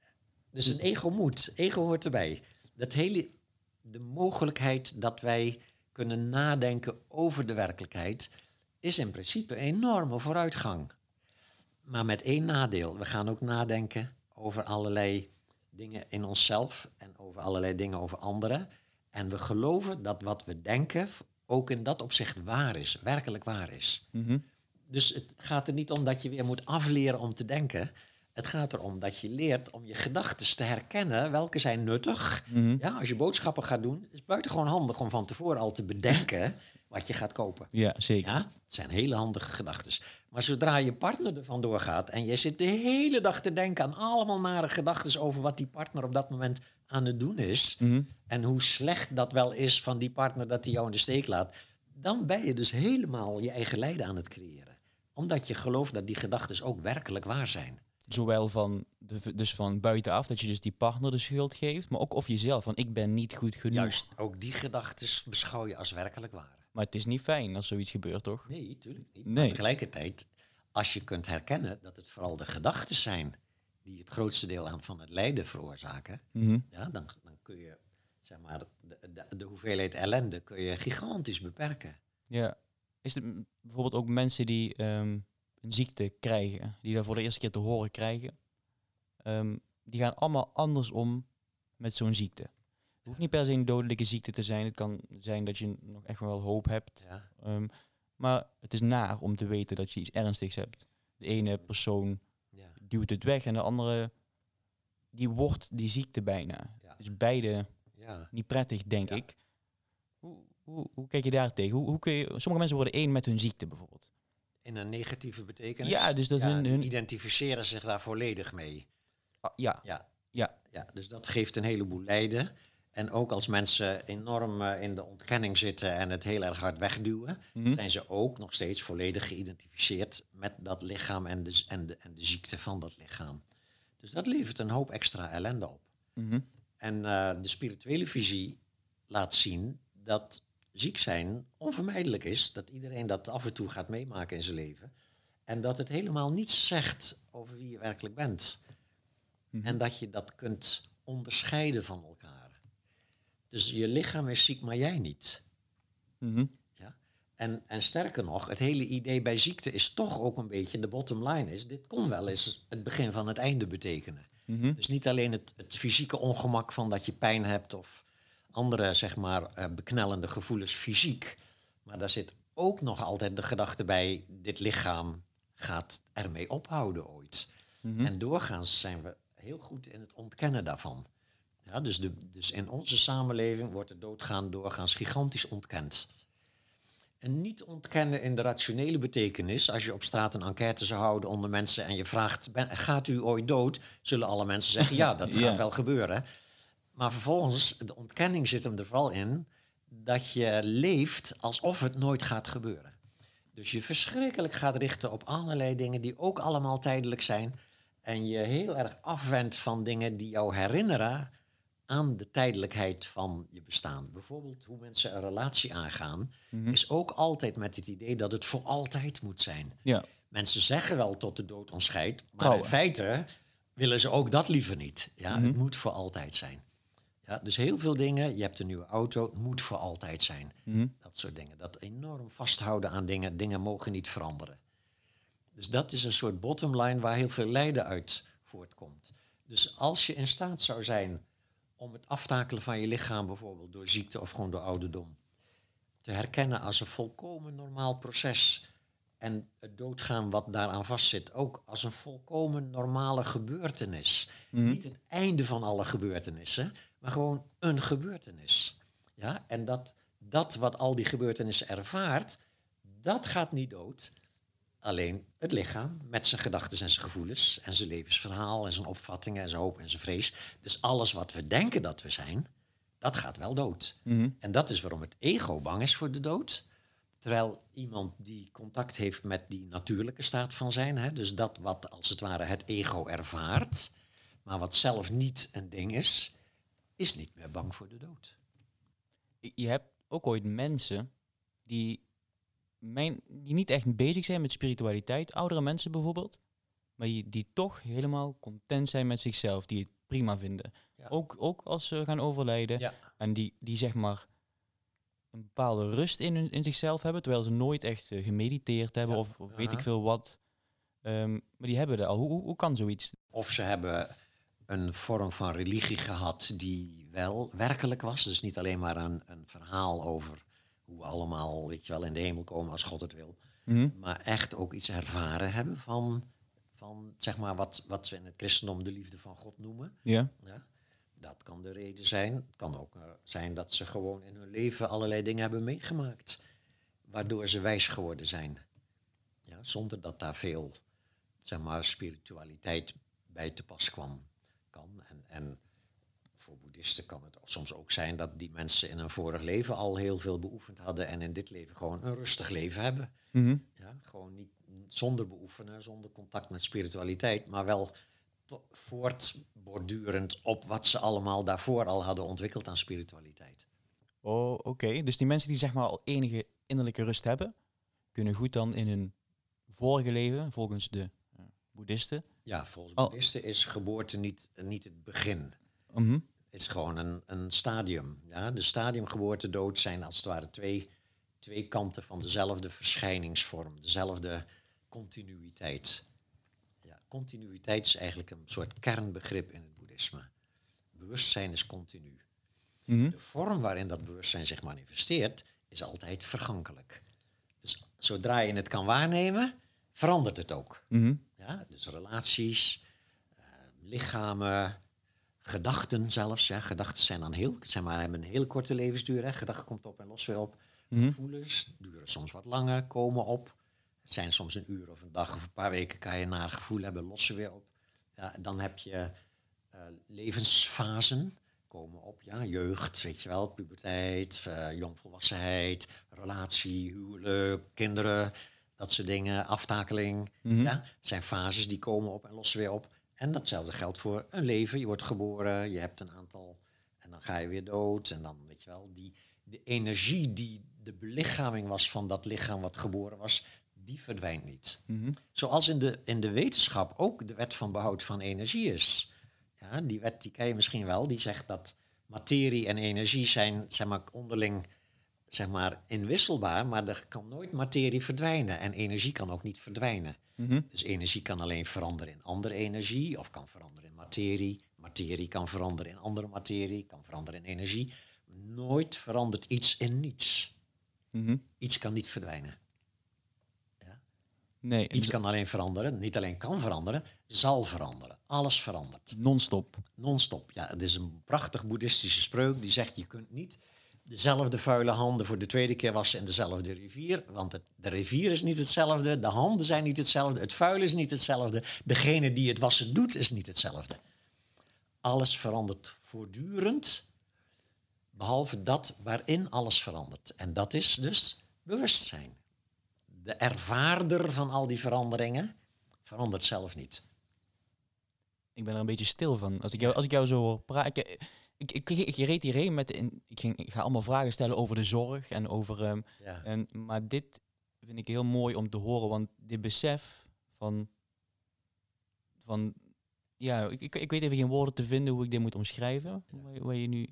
Dus een ego moet, ego hoort erbij. Dat hele, de mogelijkheid dat wij kunnen nadenken over de werkelijkheid is in principe een enorme vooruitgang. Maar met één nadeel. We gaan ook nadenken over allerlei dingen in onszelf en over allerlei dingen over anderen. En we geloven dat wat we denken ook in dat opzicht waar is, werkelijk waar is. Mm-hmm. Dus het gaat er niet om dat je weer moet afleren om te denken. Het gaat erom dat je leert om je gedachten te herkennen. Welke zijn nuttig? Mm-hmm. Ja, als je boodschappen gaat doen, is het buitengewoon handig om van tevoren al te bedenken wat je gaat kopen. Ja, zeker. Ja, het zijn hele handige gedachten. Maar zodra je partner er vandoor gaat en je zit de hele dag te denken aan allemaal nare gedachten over wat die partner op dat moment aan het doen is, Mm-hmm. en hoe slecht dat wel is van die partner dat hij jou in de steek laat, dan ben je dus helemaal je eigen lijden aan het creëren. Omdat je gelooft dat die gedachten ook werkelijk waar zijn. Zowel van, de, dus van buitenaf, dat je dus die partner de schuld geeft, maar ook of jezelf, van ik ben niet goed genoeg. Juist, ook die gedachten beschouw je als werkelijk waar. Maar het is niet fijn als zoiets gebeurt, toch? Nee, tuurlijk niet. Nee. Maar tegelijkertijd, als je kunt herkennen dat het vooral de gedachten zijn die het grootste deel aan van het lijden veroorzaken, Mm-hmm. ja, dan, dan kun je, zeg maar, de, de, de hoeveelheid ellende kun je gigantisch beperken. Ja. Is het m- bijvoorbeeld ook mensen die ehm, een ziekte krijgen, die dat voor de eerste keer te horen krijgen, ehm, die gaan allemaal anders om met zo'n ziekte. Het hoeft niet per se een dodelijke ziekte te zijn. Het kan zijn dat je nog echt wel hoop hebt. Ja, Ehm, maar het is naar om te weten dat je iets ernstigs hebt. De ene persoon ja, duwt het weg en de andere die wordt die ziekte bijna. Ja. Dus beide ja. niet prettig, denk Ja. ik. Hoe, hoe, hoe kijk je daar tegen? Hoe, hoe kun je, sommige mensen worden één met hun ziekte bijvoorbeeld. In een negatieve betekenis. Ja, dus dat hun- die hun- identificeren zich daar volledig mee. Ah, ja, Ja, ja. ja, dus dat geeft een heleboel lijden. En ook als mensen enorm eh, in de ontkenning zitten en het heel erg hard wegduwen, Mhm. zijn ze ook nog steeds volledig geïdentificeerd met dat lichaam en de, en, de, en de ziekte van dat lichaam. Dus dat levert een hoop extra ellende op. Mhm. En eh, de spirituele visie laat zien dat ziek zijn onvermijdelijk is. Dat iedereen dat af en toe gaat meemaken in zijn leven. En dat het helemaal niets zegt over wie je werkelijk bent. Mhm. En dat je dat kunt onderscheiden van elkaar. Dus je lichaam is ziek, maar jij niet. Mhm. Ja? En, en sterker nog, het hele idee bij ziekte is toch ook een beetje, de bottom line is, dit kon wel eens het begin van het einde betekenen. Mhm. Dus niet alleen het, het fysieke ongemak van dat je pijn hebt of andere, zeg maar, eh, beknellende gevoelens fysiek. Maar daar zit ook nog altijd de gedachte bij, dit lichaam gaat ermee ophouden ooit. Mhm. En doorgaans zijn we heel goed in het ontkennen daarvan. Ja, dus, de, dus in onze samenleving wordt het doodgaan doorgaans gigantisch ontkend. En niet ontkennen in de rationele betekenis. Als je op straat een enquête zou houden onder mensen en je vraagt, ben, gaat u ooit dood? Zullen alle mensen zeggen, ja, dat Ja. gaat wel gebeuren. Maar vervolgens, de ontkenning zit hem er vooral in dat je leeft alsof het nooit gaat gebeuren. Dus je verschrikkelijk gaat richten op allerlei dingen die ook allemaal tijdelijk zijn. En je heel erg afwendt van dingen die jou herinneren aan de tijdelijkheid van je bestaan. Bijvoorbeeld hoe mensen een relatie aangaan, Mm-hmm. is ook altijd met het idee dat het voor altijd moet zijn. Ja. Mensen zeggen wel tot de dood ons scheidt, maar Trouwen. in feite willen ze ook dat liever niet. Ja, Mm-hmm. Het moet voor altijd zijn. Ja, dus heel veel dingen, je hebt een nieuwe auto, het moet voor altijd zijn. Mm-hmm. Dat soort dingen. Dat enorm vasthouden aan dingen, dingen mogen niet veranderen. Dus dat is een soort bottomline waar heel veel lijden uit voortkomt. Dus als je in staat zou zijn om het aftakelen van je lichaam, bijvoorbeeld door ziekte of gewoon door ouderdom, te herkennen als een volkomen normaal proces en het doodgaan wat daaraan vastzit ook als een volkomen normale gebeurtenis. Mm-hmm. Niet het einde van alle gebeurtenissen, maar gewoon een gebeurtenis. Ja? En dat, dat wat al die gebeurtenissen ervaart, dat gaat niet dood. Alleen het lichaam met zijn gedachten en zijn gevoelens en zijn levensverhaal en zijn opvattingen en zijn hoop en zijn vrees. Dus alles wat we denken dat we zijn, dat gaat wel dood. Mm-hmm. En dat is waarom het ego bang is voor de dood. Terwijl iemand die contact heeft met die natuurlijke staat van zijn, hè, dus dat wat als het ware het ego ervaart, maar wat zelf niet een ding is, is niet meer bang voor de dood. Je hebt ook ooit mensen die, mijn, die niet echt bezig zijn met spiritualiteit, oudere mensen bijvoorbeeld, maar die, die toch helemaal content zijn met zichzelf, die het prima vinden. Ja. Ook, ook als ze gaan overlijden. Ja. En die, die zeg maar een bepaalde rust in, hun, in zichzelf hebben, terwijl ze nooit echt uh, gemediteerd hebben Ja. of, of weet Aha. ik veel wat. Um, maar die hebben dat al. Hoe, hoe, hoe kan zoiets? Of ze hebben een vorm van religie gehad die wel werkelijk was. Dus niet alleen maar een, een verhaal over hoe we allemaal, weet je wel, in de hemel komen als God het wil. Mm-hmm. Maar echt ook iets ervaren hebben van, van zeg maar, wat, wat we in het christendom de liefde van God noemen. Ja. Ja, dat kan de reden zijn. Het kan ook uh, zijn dat ze gewoon in hun leven allerlei dingen hebben meegemaakt, waardoor ze wijs geworden zijn. Ja, zonder dat daar veel, zeg maar, spiritualiteit bij te pas kwam. Kan. En, en voor boeddhisten kan het soms ook zijn dat die mensen in een vorig leven al heel veel beoefend hadden en in dit leven gewoon een rustig leven hebben. Mm-hmm. Ja, gewoon niet zonder beoefenen, zonder contact met spiritualiteit, maar wel to- voortbordurend op wat ze allemaal daarvoor al hadden ontwikkeld aan spiritualiteit. Oh, oké. Okay. Dus die mensen die zeg maar al enige innerlijke rust hebben, kunnen goed dan in hun vorige leven, volgens de uh, boeddhisten. Ja, volgens Oh. boeddhisten is geboorte niet, niet het begin. Mm-hmm. Het is gewoon een, een stadium. Ja? De stadium geboorte, dood zijn als het ware twee, twee kanten van dezelfde verschijningsvorm, dezelfde continuïteit. Ja, continuïteit is eigenlijk een soort kernbegrip in het boeddhisme. Bewustzijn is continu. Mm-hmm. De vorm waarin dat bewustzijn zich manifesteert is altijd vergankelijk. Dus zodra je het kan waarnemen, verandert het ook. Mm-hmm. Ja, dus relaties, uh, lichamen, gedachten zelfs. Ja. Gedachten zijn dan heel, zeg maar, hebben een heel korte levensduur. Hè. Gedachten komt op en los weer op. Mm-hmm. Gevoelens duren soms wat langer, komen op. Het zijn soms een uur of een dag of een paar weken kan je naar gevoel hebben, lossen weer op. Ja, dan heb je uh, levensfasen, komen op. Ja, jeugd, weet je wel, puberteit, uh, jongvolwassenheid, relatie, huwelijk, kinderen, dat soort dingen, aftakeling. Mm-hmm. Ja, het zijn fases die komen op en lossen weer op. En datzelfde geldt voor een leven. Je wordt geboren, je hebt een aantal en dan ga je weer dood. En dan, weet je wel, die, de energie die de belichaming was van dat lichaam wat geboren was, die verdwijnt niet. Mm-hmm. Zoals in de, in de wetenschap ook de wet van behoud van energie is. Ja, die wet die ken je misschien wel, die zegt dat materie en energie zijn, zeg maar, onderling, zeg maar, inwisselbaar, maar er kan nooit materie verdwijnen en energie kan ook niet verdwijnen. Mm-hmm. Dus energie kan alleen veranderen in andere energie of kan veranderen in materie. Materie kan veranderen in andere materie, kan veranderen in energie. Nooit verandert iets in niets. Mm-hmm. Iets kan niet verdwijnen. Ja? Nee, Iets kan alleen veranderen, niet alleen kan veranderen, zal veranderen. Alles verandert. non-stop. Non-stop. Ja, het is een prachtig boeddhistische spreuk die zegt je kunt niet dezelfde vuile handen voor de tweede keer wassen in dezelfde rivier. Want het, de rivier is niet hetzelfde, de handen zijn niet hetzelfde, het vuil is niet hetzelfde. Degene die het wassen doet is niet hetzelfde. Alles verandert voortdurend, behalve dat waarin alles verandert. En dat is dus bewustzijn. De ervaarder van al die veranderingen verandert zelf niet. Ik ben er een beetje stil van. Als ik jou, als ik jou zo hoor praten... Ik, ik, ik, ik, ik reed hierheen met... In, ik, ging, ik ga allemaal vragen stellen over de zorg en over... Um, Ja. en, maar dit vind ik heel mooi om te horen, want dit besef van... van ja, ik, ik, ik weet even geen woorden te vinden hoe ik dit moet omschrijven. Ja. Waar, waar je nu...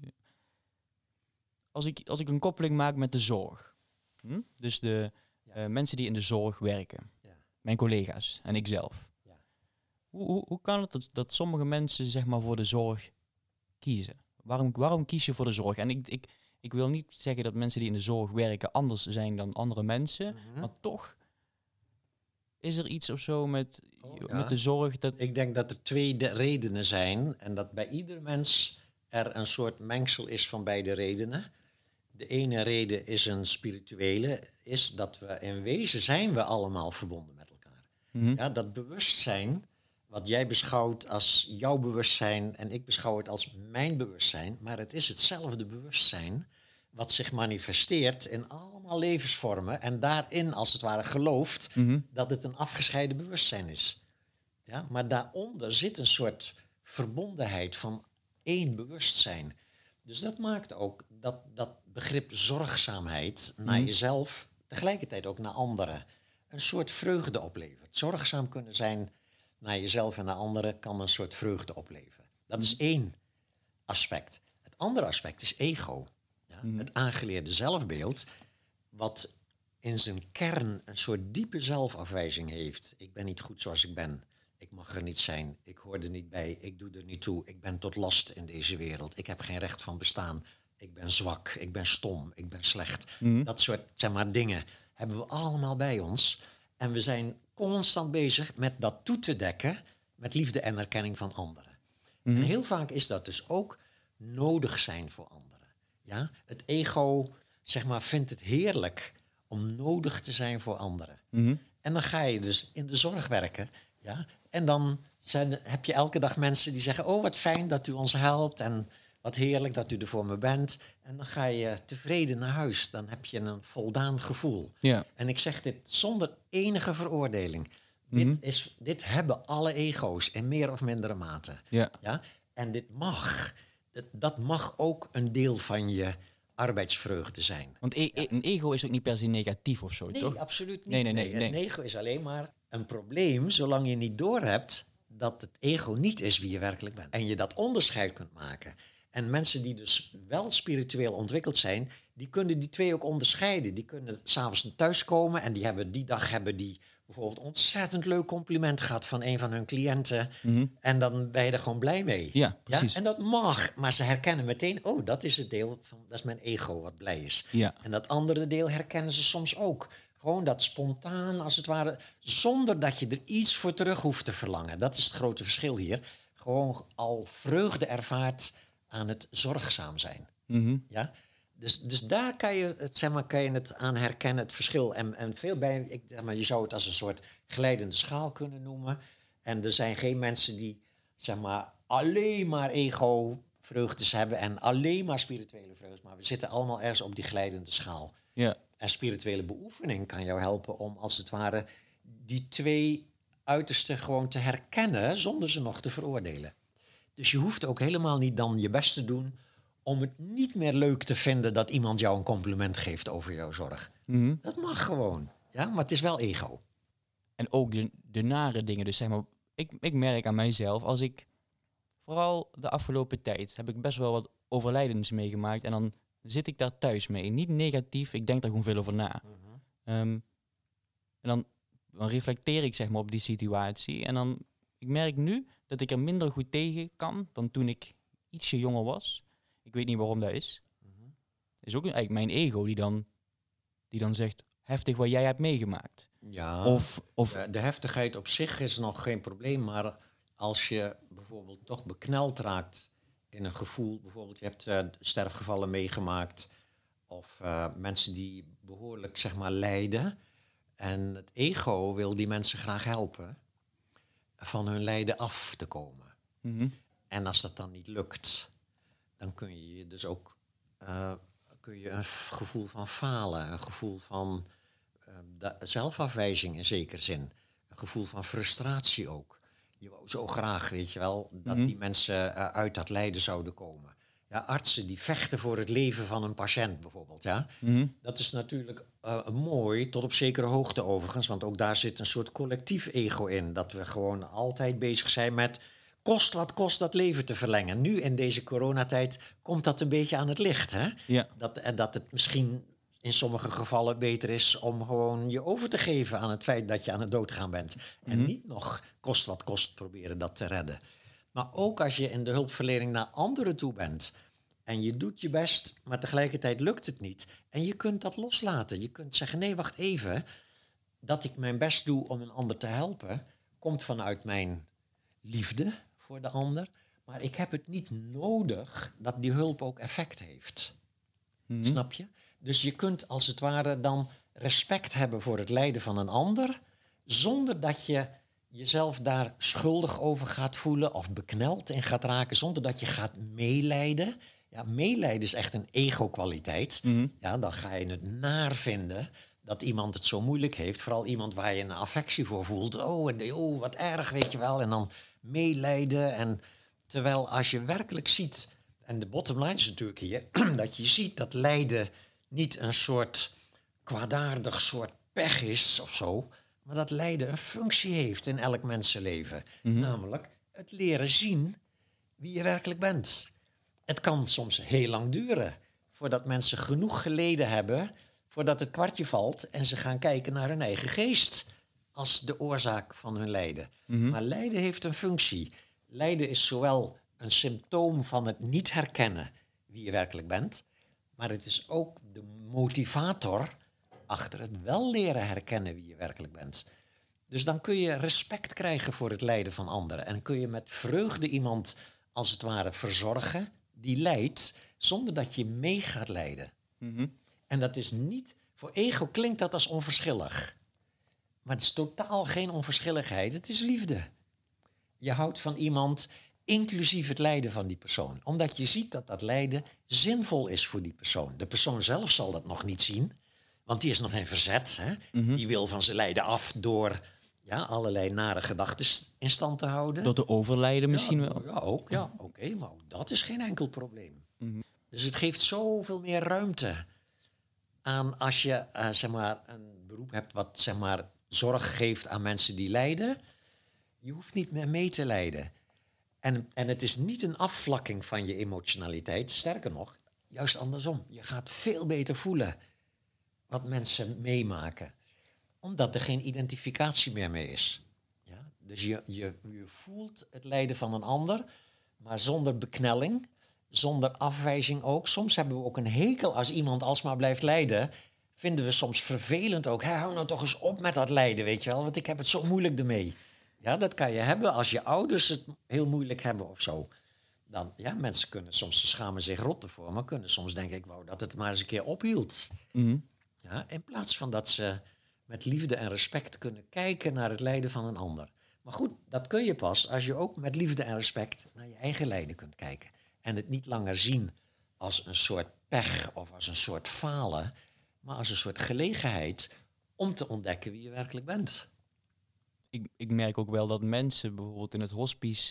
Als ik, als ik een koppeling maak met de zorg. Hm? Dus de ja. uh, mensen die in de zorg werken. Ja. Mijn collega's en ikzelf. Ja. Hoe, hoe, hoe kan het dat, dat sommige mensen zeg maar voor de zorg kiezen? Waarom, waarom kies je voor de zorg? En ik, ik, ik wil niet zeggen dat mensen die in de zorg werken anders zijn dan andere mensen. Mm-hmm. Maar toch is er iets of zo met, oh, ja. met de zorg. Dat ik denk dat er twee de redenen zijn. En dat bij ieder mens er een soort mengsel is van beide redenen. De ene reden is een spirituele, is dat we in wezen zijn we allemaal verbonden met elkaar. Mm-hmm. Ja, dat bewustzijn, wat jij beschouwt als jouw bewustzijn en ik beschouw het als mijn bewustzijn, maar het is hetzelfde bewustzijn wat zich manifesteert in allemaal levensvormen en daarin als het ware gelooft mm-hmm. dat het een afgescheiden bewustzijn is. Ja, maar daaronder zit een soort verbondenheid van één bewustzijn. Dus dat maakt ook dat dat begrip zorgzaamheid mm. naar jezelf, tegelijkertijd ook naar anderen, een soort vreugde oplevert. Zorgzaam kunnen zijn naar jezelf en naar anderen kan een soort vreugde opleveren. Dat mm. is één aspect. Het andere aspect is ego. Ja? Mm. Het aangeleerde zelfbeeld, wat in zijn kern een soort diepe zelfafwijzing heeft. Ik ben niet goed zoals ik ben. Ik mag er niet zijn, ik hoor er niet bij, ik doe er niet toe, ik ben tot last in deze wereld, ik heb geen recht van bestaan, ik ben zwak, ik ben stom, ik ben slecht. Mm-hmm. Dat soort zeg maar, dingen hebben we allemaal bij ons. En we zijn constant bezig met dat toe te dekken met liefde en erkenning van anderen. Mm-hmm. En heel vaak is dat dus ook nodig zijn voor anderen. Ja? Het ego zeg maar, vindt het heerlijk om nodig te zijn voor anderen. Mm-hmm. En dan ga je dus in de zorg werken. Ja? En dan zijn, heb je elke dag mensen die zeggen, oh wat fijn dat u ons helpt en wat heerlijk dat u er voor me bent. En dan ga je tevreden naar huis. Dan heb je een voldaan gevoel. Ja. En ik zeg dit zonder enige veroordeling. Mm-hmm. Dit, is, dit hebben alle ego's in meer of mindere mate. Ja. Ja? En dit mag. Dat, dat mag ook een deel van je arbeidsvreugde zijn. Want e- ja. een ego is ook niet per se negatief of zo, nee, toch? Nee, absoluut niet. Nee, nee, nee, nee. nee. Een ego is alleen maar een probleem zolang je niet doorhebt dat het ego niet is wie je werkelijk bent. En je dat onderscheid kunt maken. En mensen die dus wel spiritueel ontwikkeld zijn, die kunnen die twee ook onderscheiden. Die kunnen 's avonds thuiskomen en die hebben die dag hebben die bijvoorbeeld ontzettend leuk compliment gehad van een van hun cliënten. Mm-hmm. En dan ben je er gewoon blij mee. Ja, precies. Ja? En dat mag, maar ze herkennen meteen, oh, dat is het deel van, dat is mijn ego wat blij is. Ja. En dat andere deel herkennen ze soms ook. Gewoon dat spontaan, als het ware, zonder dat je er iets voor terug hoeft te verlangen. Dat is het grote verschil hier. Gewoon al vreugde ervaart aan het zorgzaam zijn. Mm-hmm. Ja? Dus, dus daar kan je, het, zeg maar, kan je het aan herkennen, het verschil. En, en veel bij, ik, zeg maar, je zou het als een soort glijdende schaal kunnen noemen. En er zijn geen mensen die zeg maar, alleen maar ego-vreugdes hebben en alleen maar spirituele vreugdes. Maar we zitten allemaal ergens op die glijdende schaal. Ja. En spirituele beoefening kan jou helpen om als het ware die twee uitersten gewoon te herkennen zonder ze nog te veroordelen. Dus je hoeft ook helemaal niet dan je best te doen om het niet meer leuk te vinden dat iemand jou een compliment geeft over jouw zorg. Mm-hmm. Dat mag gewoon. Ja, maar het is wel ego. En ook de, de nare dingen. Dus zeg maar, ik, ik merk aan mijzelf, als ik, vooral de afgelopen tijd, heb ik best wel wat overlijdens meegemaakt. En dan zit ik daar thuis mee. Niet negatief, ik denk daar gewoon veel over na. Mm-hmm. Um, en dan, dan reflecteer ik zeg maar op die situatie. En dan, ik merk nu dat ik er minder goed tegen kan dan toen ik ietsje jonger was. Ik weet niet waarom dat is. Mm-hmm. Het is ook eigenlijk mijn ego die dan, die dan zegt, heftig wat jij hebt meegemaakt. Ja, of, of de, de heftigheid op zich is nog geen probleem, maar als je bijvoorbeeld toch bekneld raakt in een gevoel, bijvoorbeeld je hebt uh, sterfgevallen meegemaakt, Of uh, mensen die behoorlijk, zeg maar, lijden. En het ego wil die mensen graag helpen van hun lijden af te komen. Mm-hmm. En als dat dan niet lukt, dan kun je je dus ook uh, kun je een f- gevoel van falen, een gevoel van uh, da- zelfafwijzing in zekere zin, een gevoel van frustratie ook. Je wou zo graag, weet je wel, dat Mm-hmm. die mensen uh, uit dat lijden zouden komen. Ja, artsen die vechten voor het leven van een patiënt bijvoorbeeld. Ja? Mm-hmm. Dat is natuurlijk uh, mooi, tot op zekere hoogte overigens. Want ook daar zit een soort collectief ego in. Dat we gewoon altijd bezig zijn met kost wat kost dat leven te verlengen. Nu in deze coronatijd komt dat een beetje aan het licht. Hè? Ja. Dat, en dat het misschien in sommige gevallen beter is om gewoon je over te geven aan het feit dat je aan het doodgaan bent. En Mm-hmm. niet nog kost wat kost proberen dat te redden. Maar ook als je in de hulpverlening naar anderen toe bent en je doet je best, maar tegelijkertijd lukt het niet. En je kunt dat loslaten. Je kunt zeggen, nee, wacht even. Dat ik mijn best doe om een ander te helpen, komt vanuit mijn liefde voor de ander. Maar ik heb het niet nodig dat die hulp ook effect heeft. Mm-hmm. Snap je? Dus je kunt als het ware dan respect hebben voor het lijden van een ander, zonder dat je jezelf daar schuldig over gaat voelen of bekneld in gaat raken, zonder dat je gaat meelijden. Ja, meelijden is echt een ego-kwaliteit. Mm-hmm. Ja, dan ga je het naar vinden dat iemand het zo moeilijk heeft. Vooral iemand waar je een affectie voor voelt. Oh, en oh, wat erg, weet je wel. En dan meelijden. En terwijl als je werkelijk ziet, en de bottom line is natuurlijk hier, dat je ziet dat lijden niet een soort kwaadaardig soort pech is of zo, maar dat lijden een functie heeft in elk mensenleven. Mm-hmm. Namelijk het leren zien wie je werkelijk bent. Het kan soms heel lang duren voordat mensen genoeg geleden hebben, voordat het kwartje valt en ze gaan kijken naar hun eigen geest als de oorzaak van hun lijden. Mm-hmm. Maar lijden heeft een functie. Lijden is zowel een symptoom van het niet herkennen wie je werkelijk bent, maar het is ook de motivator achter het wel leren herkennen wie je werkelijk bent. Dus dan kun je respect krijgen voor het lijden van anderen. En kun je met vreugde iemand als het ware verzorgen die lijdt, zonder dat je mee gaat lijden. Mm-hmm. En dat is niet, voor ego klinkt dat als onverschillig. Maar het is totaal geen onverschilligheid, het is liefde. Je houdt van iemand inclusief het lijden van die persoon. Omdat je ziet dat dat lijden zinvol is voor die persoon. De persoon zelf zal dat nog niet zien, want die is nog in verzet. Hè? Mm-hmm. Die wil van zijn lijden af door ja, allerlei nare gedachten in stand te houden. Tot de overlijden misschien ja, wel. Ja, ook. Ja, oké, okay, maar ook dat is geen enkel probleem. Mm-hmm. Dus het geeft zoveel meer ruimte aan als je uh, zeg maar een beroep hebt wat zeg maar zorg geeft aan mensen die lijden. Je hoeft niet meer mee te lijden. En, en het is niet een afvlakking van je emotionaliteit. Sterker nog, juist andersom. Je gaat veel beter voelen wat mensen meemaken. Omdat er geen identificatie meer mee is. Ja? Dus je, je, je voelt het lijden van een ander, maar zonder beknelling, zonder afwijzing ook. Soms hebben we ook een hekel als iemand alsmaar blijft lijden. Vinden we soms vervelend ook. Hey, hou nou toch eens op met dat lijden, weet je wel. Want ik heb het zo moeilijk ermee. Ja, dat kan je hebben als je ouders het heel moeilijk hebben of zo. Dan, ja, mensen kunnen soms schamen zich rot ervoor, maar kunnen soms denken, ik wou dat het maar eens een keer ophield. Mm-hmm. Ja, in plaats van dat ze met liefde en respect kunnen kijken naar het lijden van een ander. Maar goed, dat kun je pas als je ook met liefde en respect naar je eigen lijden kunt kijken. En het niet langer zien als een soort pech of als een soort falen, maar als een soort gelegenheid om te ontdekken wie je werkelijk bent. Ik, ik merk ook wel dat mensen bijvoorbeeld in het hospice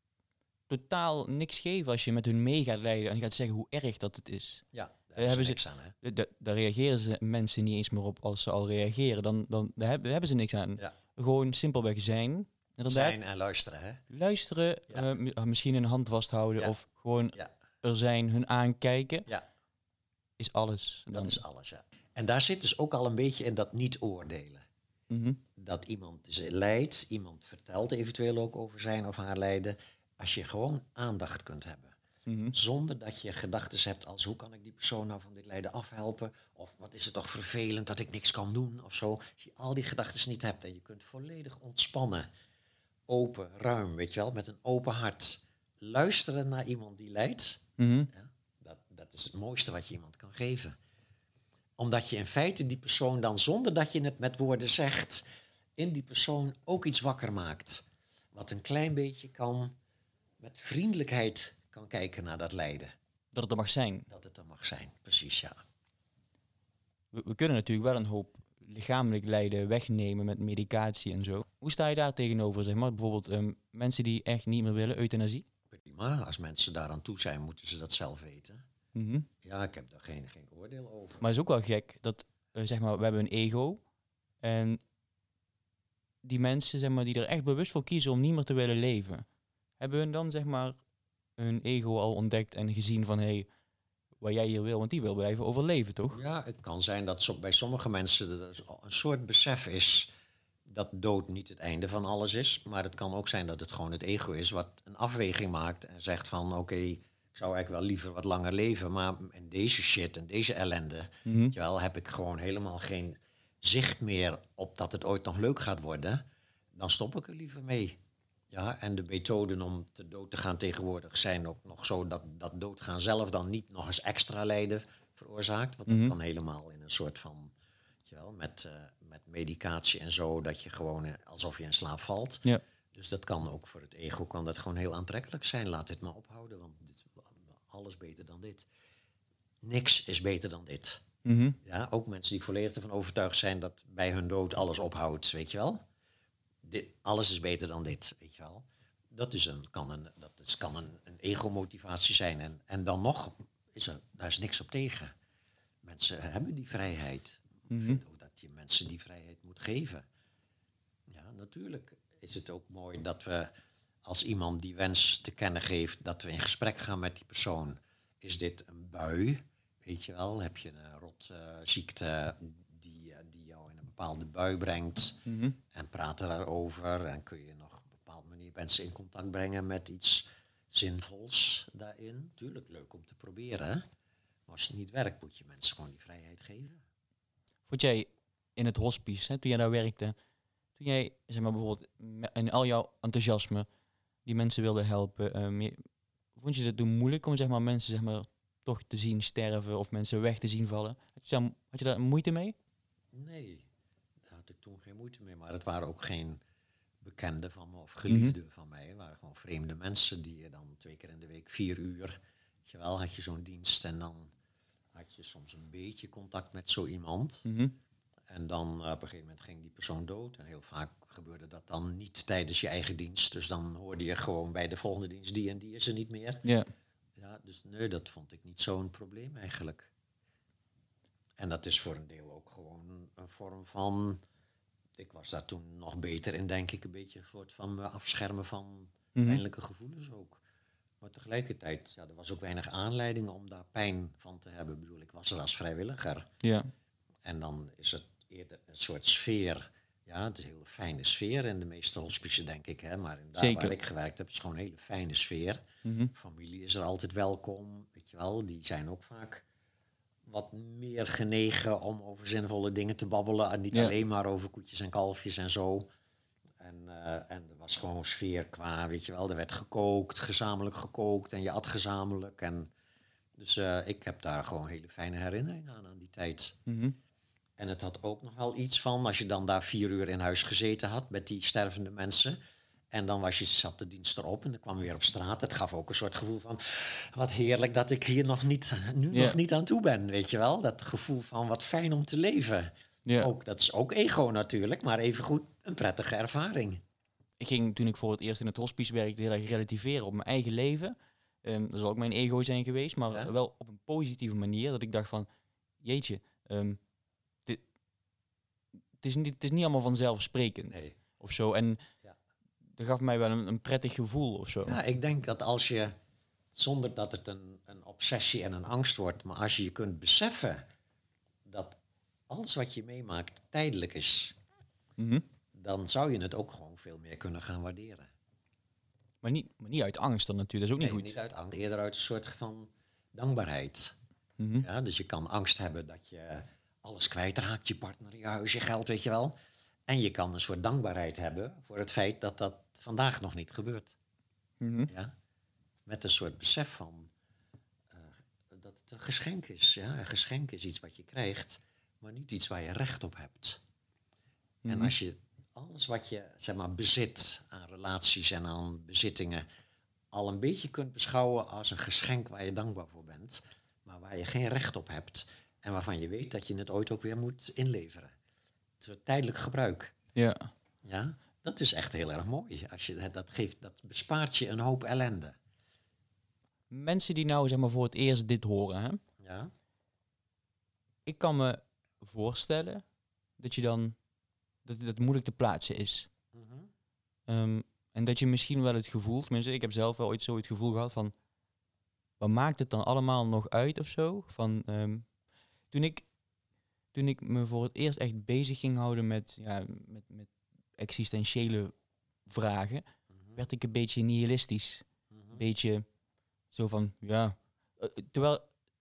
totaal niks geven als je met hun mee gaat lijden en gaat zeggen hoe erg dat het is. Ja, daar Uh, hebben hebben ze ze- niks aan, hè? Da- da- daar reageren ze mensen niet eens meer op als ze al reageren. Dan, dan daar hebben, hebben ze niks aan. Ja. Gewoon simpelweg zijn. Inderdaad. Zijn en luisteren, hè? Luisteren, Ja. eh, m- uh, misschien een hand vasthouden Ja. of gewoon Ja. er zijn, hun aankijken, Ja, is alles. dat Dan, is alles, ja. En daar zit dus ook al een beetje in dat niet oordelen. Mhm. Dat iemand dus lijdt, iemand vertelt eventueel ook over zijn of haar lijden, als je gewoon aandacht kunt hebben. Mhm. Zonder dat je gedachten hebt als hoe kan ik die persoon nou van dit lijden afhelpen? Of wat is het toch vervelend dat ik niks kan doen of zo. Als je al die gedachten niet hebt en je kunt volledig ontspannen, open, ruim, weet je wel, met een open hart. Luisteren naar iemand die lijdt, Mhm. ja, dat, dat is het mooiste wat je iemand kan geven. Omdat je in feite die persoon dan, zonder dat je het met woorden zegt, in die persoon ook iets wakker maakt. Wat een klein beetje kan, met vriendelijkheid kan kijken naar dat lijden. Dat het er mag zijn. Dat het er mag zijn, precies, ja. We, we kunnen natuurlijk wel een hoop lichamelijk lijden wegnemen met medicatie en zo. Hoe sta je daar tegenover, zeg maar? Bijvoorbeeld um, mensen die echt niet meer willen, euthanasie? Prima, als mensen daaraan toe zijn, moeten ze dat zelf weten. Mm-hmm. Ja, ik heb daar geen, geen oordeel over. Maar het is ook wel gek dat, uh, zeg maar, we hebben een ego. En die mensen, zeg maar, die er echt bewust voor kiezen om niet meer te willen leven, hebben hun dan, zeg maar, hun ego al ontdekt en gezien van, hé, hey, wat jij hier wil, want die wil blijven overleven, toch? Ja, het kan zijn dat so- bij sommige mensen er een soort besef is dat dood niet het einde van alles is. Maar het kan ook zijn dat het gewoon het ego is wat een afweging maakt en zegt van, oké, okay, ik zou eigenlijk wel liever wat langer leven, maar in deze shit en deze ellende, Mm-hmm. terwijl heb ik gewoon helemaal geen zicht meer op dat het ooit nog leuk gaat worden. Dan stop ik er liever mee. Ja, en de methoden om te dood te gaan tegenwoordig zijn ook nog zo dat dat doodgaan zelf dan niet nog eens extra lijden veroorzaakt. Want dat Mhm. kan helemaal in een soort van, weet je wel, met, uh, met medicatie en zo, dat je gewoon uh, alsof je in slaap valt. Ja. Dus dat kan ook voor het ego, kan dat gewoon heel aantrekkelijk zijn. Laat dit maar ophouden, want dit, alles beter dan dit. Niks is beter dan dit. Mm-hmm. Ja, ook mensen die volledig ervan overtuigd zijn dat bij hun dood alles ophoudt, weet je wel. Dit, alles is beter dan dit, weet je wel. Dat, is een, kan een, dat is, kan een, een ego-motivatie zijn. En, en dan nog, is er, daar is niks op tegen. Mensen hebben die vrijheid. Mm-hmm. Ik vind ook dat je mensen die vrijheid moet geven. Ja, natuurlijk is het ook mooi dat we, als iemand die wens te kennen geeft, dat we in gesprek gaan met die persoon. Is dit een bui? Weet je wel, heb je een rotziekte uh, die, uh, die jou in een bepaalde bui brengt, Mm-hmm. en praten daarover en kun je nog op een bepaalde manier mensen in contact brengen met iets zinvols daarin. Tuurlijk leuk om te proberen, hè? Maar als het niet werkt, moet je mensen gewoon die vrijheid geven. Vond jij in het hospice, hè, toen jij daar werkte, toen jij, zeg maar bijvoorbeeld, in al jouw enthousiasme, die mensen wilde helpen, um, je, vond je het toen moeilijk om, zeg maar, mensen, zeg maar, toch te zien sterven of mensen weg te zien vallen? Had je daar, had je daar moeite mee? Nee, daar had ik toen geen moeite mee. Maar het waren ook geen bekenden van me of geliefden mm-hmm. van mij. Het waren gewoon vreemde mensen die je dan twee keer in de week, vier uur, weet je wel, had je zo'n dienst en dan had je soms een beetje contact met zo iemand. Mm-hmm. En dan uh, op een gegeven moment ging die persoon dood. En heel vaak gebeurde dat dan niet tijdens je eigen dienst. Dus dan hoorde je gewoon bij de volgende dienst, die en die is er niet meer. Yeah. Ja, dus nee, dat vond ik niet zo'n probleem eigenlijk. En dat is voor een deel ook gewoon een vorm van, ik was daar toen nog beter in, denk ik, een beetje een soort van me afschermen van mm-hmm. pijnlijke gevoelens ook. Maar tegelijkertijd, ja, er was ook weinig aanleiding om daar pijn van te hebben. Ik bedoel, ik was er als vrijwilliger. Ja. En dan is het eerder een soort sfeer. Ja, het is een hele fijne sfeer in de meeste hospices, denk ik. Hè? Maar in daar Zeker. waar ik gewerkt heb, is het gewoon een hele fijne sfeer. Mm-hmm. Familie is er altijd welkom, weet je wel. Die zijn ook vaak wat meer genegen om over zinvolle dingen te babbelen. En niet ja. alleen maar over koetjes en kalfjes en zo. En, uh, en er was gewoon sfeer qua, weet je wel. Er werd gekookt, gezamenlijk gekookt en je at gezamenlijk. En dus uh, ik heb daar gewoon hele fijne herinneringen aan, aan die tijd. Mm-hmm. En het had ook nog wel iets van, als je dan daar vier uur in huis gezeten had met die stervende mensen. En dan was je, zat de dienst erop en dan kwam je weer op straat. Het gaf ook een soort gevoel van, wat heerlijk dat ik hier nog niet, nu yeah. nog niet aan toe ben, weet je wel. Dat gevoel van, wat fijn om te leven. Yeah. Ook, dat is ook ego natuurlijk, maar evengoed een prettige ervaring. Ik ging toen ik voor het eerst in het hospice werkte heel erg relativeren op mijn eigen leven. Um, dat zal ook mijn ego zijn geweest, maar ja. wel op een positieve manier. Dat ik dacht van, jeetje, um, dit, het, is niet, het is niet allemaal vanzelfsprekend. Nee. Of zo. En ja. dat gaf mij wel een, een prettig gevoel of zo. Ja, ik denk dat als je, zonder dat het een, een obsessie en een angst wordt, maar als je je kunt beseffen dat alles wat je meemaakt tijdelijk is, mm-hmm. dan zou je het ook gewoon veel meer kunnen gaan waarderen. Maar niet, maar niet uit angst dan natuurlijk, dat is ook nee, niet goed. niet uit angst, eerder uit een soort van dankbaarheid. Mm-hmm. Ja, dus je kan angst hebben dat je alles kwijtraakt, je partner, je huis, je geld, weet je wel. En je kan een soort dankbaarheid hebben voor het feit dat dat vandaag nog niet gebeurt. Mm-hmm. Ja? Met een soort besef van uh, dat het een geschenk is. Ja? Een geschenk is iets wat je krijgt maar niet iets waar je recht op hebt. Mhm. En als je alles wat je zeg maar, bezit aan relaties en aan bezittingen al een beetje kunt beschouwen als een geschenk waar je dankbaar voor bent, maar waar je geen recht op hebt en waarvan je weet dat je het ooit ook weer moet inleveren. Het is tijdelijk gebruik. Ja. Ja, dat is echt heel erg mooi. Als je dat geeft, dat bespaart je een hoop ellende. Mensen die nou zeg maar voor het eerst dit horen, hè? Ja. Ik kan me voorstellen dat je dan dat dat moeilijk te plaatsen is. Mm-hmm. Um, en dat je misschien wel het gevoel, tenminste, ik heb zelf wel ooit zo het gevoel gehad van, wat maakt het dan allemaal nog uit of zo? Van, um, toen ik toen ik me voor het eerst echt bezig ging houden met, ja, met, met existentiële vragen, Mm-hmm. werd ik een beetje nihilistisch. Mm-hmm. Een beetje zo van, ja, uh, terwijl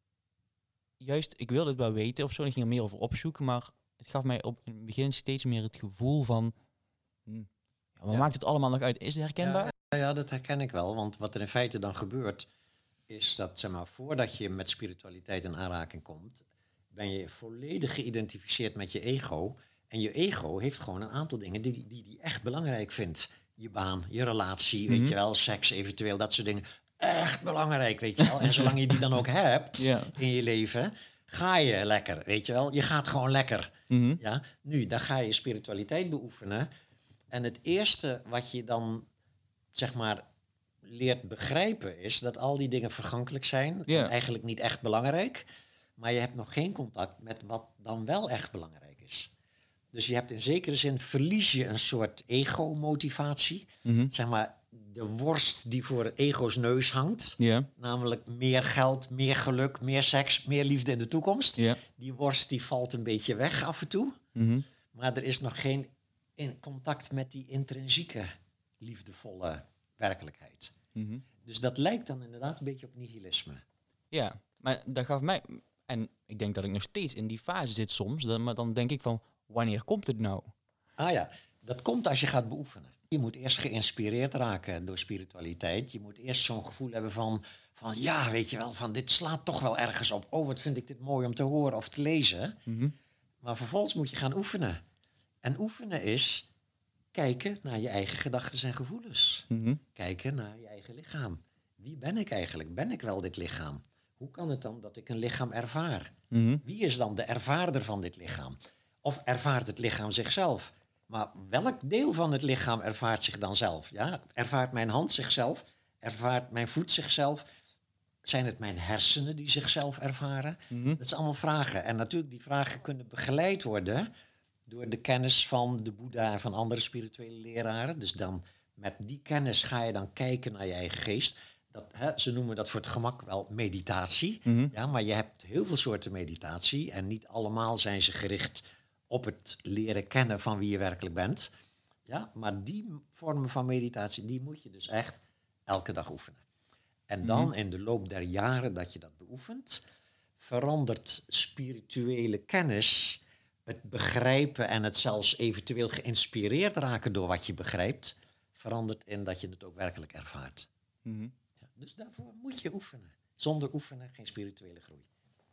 juist, ik wilde het wel weten of zo, en ik ging er meer over opzoeken, maar het gaf mij op in het begin steeds meer het gevoel van, hm, ja, wat Ja. maakt het allemaal nog uit? Is het herkenbaar? Ja, ja, dat herken ik wel. Want wat er in feite dan gebeurt, is dat zeg maar, voordat je met spiritualiteit in aanraking komt, ben je volledig geïdentificeerd met je ego. En je ego heeft gewoon een aantal dingen die die, die echt belangrijk vindt. Je baan, je relatie, Mhm. weet je wel, seks eventueel, dat soort dingen. Echt belangrijk, weet je wel. En zolang je die dan ook hebt Ja. in je leven, ga je lekker, weet je wel. Je gaat gewoon lekker. Mhm. Ja? Nu, dan ga je spiritualiteit beoefenen. En het eerste wat je dan, zeg maar, leert begrijpen is dat al die dingen vergankelijk zijn. Ja. En eigenlijk niet echt belangrijk. Maar je hebt nog geen contact met wat dan wel echt belangrijk is. Dus je hebt in zekere zin, verlies je een soort ego-motivatie. Mhm. Zeg maar, de worst die voor het ego's neus hangt. Ja. Namelijk meer geld, meer geluk, meer seks, meer liefde in de toekomst. Ja. Die worst die valt een beetje weg af en toe. Mhm. Maar er is nog geen in contact met die intrinsieke, liefdevolle werkelijkheid. Mhm. Dus dat lijkt dan inderdaad een beetje op nihilisme. Ja, maar dat gaf mij, en ik denk dat ik nog steeds in die fase zit soms, dan, maar dan denk ik van, wanneer komt het nou? Ah ja, dat komt als je gaat beoefenen. Je moet eerst geïnspireerd raken door spiritualiteit. Je moet eerst zo'n gevoel hebben van, van ja, weet je wel, van dit slaat toch wel ergens op. Oh, wat vind ik dit mooi om te horen of te lezen. Mhm. Maar vervolgens moet je gaan oefenen. En oefenen is kijken naar je eigen gedachten en gevoelens. Mhm. Kijken naar je eigen lichaam. Wie ben ik eigenlijk? Ben ik wel dit lichaam? Hoe kan het dan dat ik een lichaam ervaar? Mhm. Wie is dan de ervaarder van dit lichaam? Of ervaart het lichaam zichzelf? Maar welk deel van het lichaam ervaart zich dan zelf? Ja? Ervaart mijn hand zichzelf? Ervaart mijn voet zichzelf? Zijn het mijn hersenen die zichzelf ervaren? Mhm. Dat zijn allemaal vragen. En natuurlijk, die vragen kunnen begeleid worden door de kennis van de Boeddha en van andere spirituele leraren. Dus dan met die kennis ga je dan kijken naar je eigen geest. Dat, hè, ze noemen dat voor het gemak wel meditatie. Mhm. Ja, maar je hebt heel veel soorten meditatie. En niet allemaal zijn ze gericht op het leren kennen van wie je werkelijk bent. Ja, maar die vormen van meditatie, die moet je dus echt elke dag oefenen. En dan Mhm. in de loop der jaren dat je dat beoefent, verandert spirituele kennis, het begrijpen en het zelfs eventueel geïnspireerd raken door wat je begrijpt, verandert in dat je het ook werkelijk ervaart. Mhm. Ja, dus daarvoor moet je oefenen. Zonder oefenen geen spirituele groei.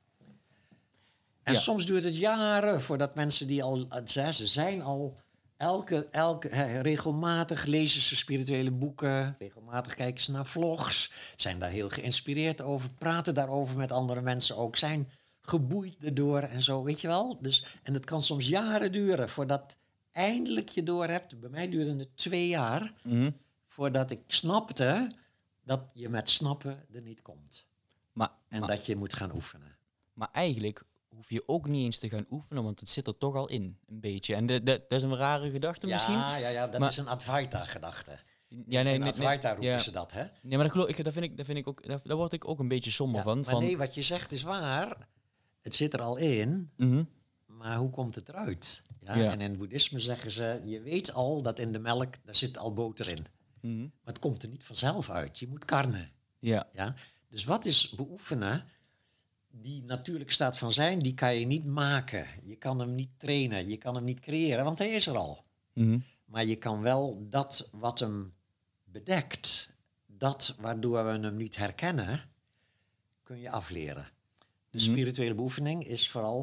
En Ja. soms duurt het jaren voordat mensen die al, ze zijn al elke, elke hè, regelmatig lezen ze spirituele boeken, regelmatig kijken ze naar vlogs, zijn daar heel geïnspireerd over, praten daarover met andere mensen ook, zijn geboeid erdoor en zo, weet je wel. Dus, en het kan soms jaren duren voordat eindelijk je door hebt. Bij mij duurde het twee jaar Mhm. voordat ik snapte dat je met snappen er niet komt. Maar, En maar, dat je moet gaan oefenen. maar eigenlijk hoef je ook niet eens te gaan oefenen, want het zit er toch al in, een beetje. En de, de, dat is een rare gedachte misschien. Ja, ja, ja, dat maar- is een Advaita-gedachte. Ja, nee, In nee, Advaita nee, roepen ja. ze dat, hè? Nee, maar dat, geloof ik, dat, vind ik, dat, vind ik ook, daar, daar word ik ook een beetje somber Ja, van. maar van nee, wat je zegt is waar. Het zit er al in, Mhm. maar hoe komt het eruit? Ja, Ja. En in het boeddhisme zeggen ze, je weet al dat in de melk, daar zit al boter in. Mhm. Maar het komt er niet vanzelf uit. Je moet karnen. Ja. Ja? Dus wat is beoefenen? Die natuurlijk staat van zijn, die kan je niet maken. Je kan hem niet trainen, je kan hem niet creëren, want hij is er al. Mhm. Maar je kan wel dat wat hem bedekt, dat waardoor we hem niet herkennen, kun je afleren. De Mhm. spirituele beoefening is vooral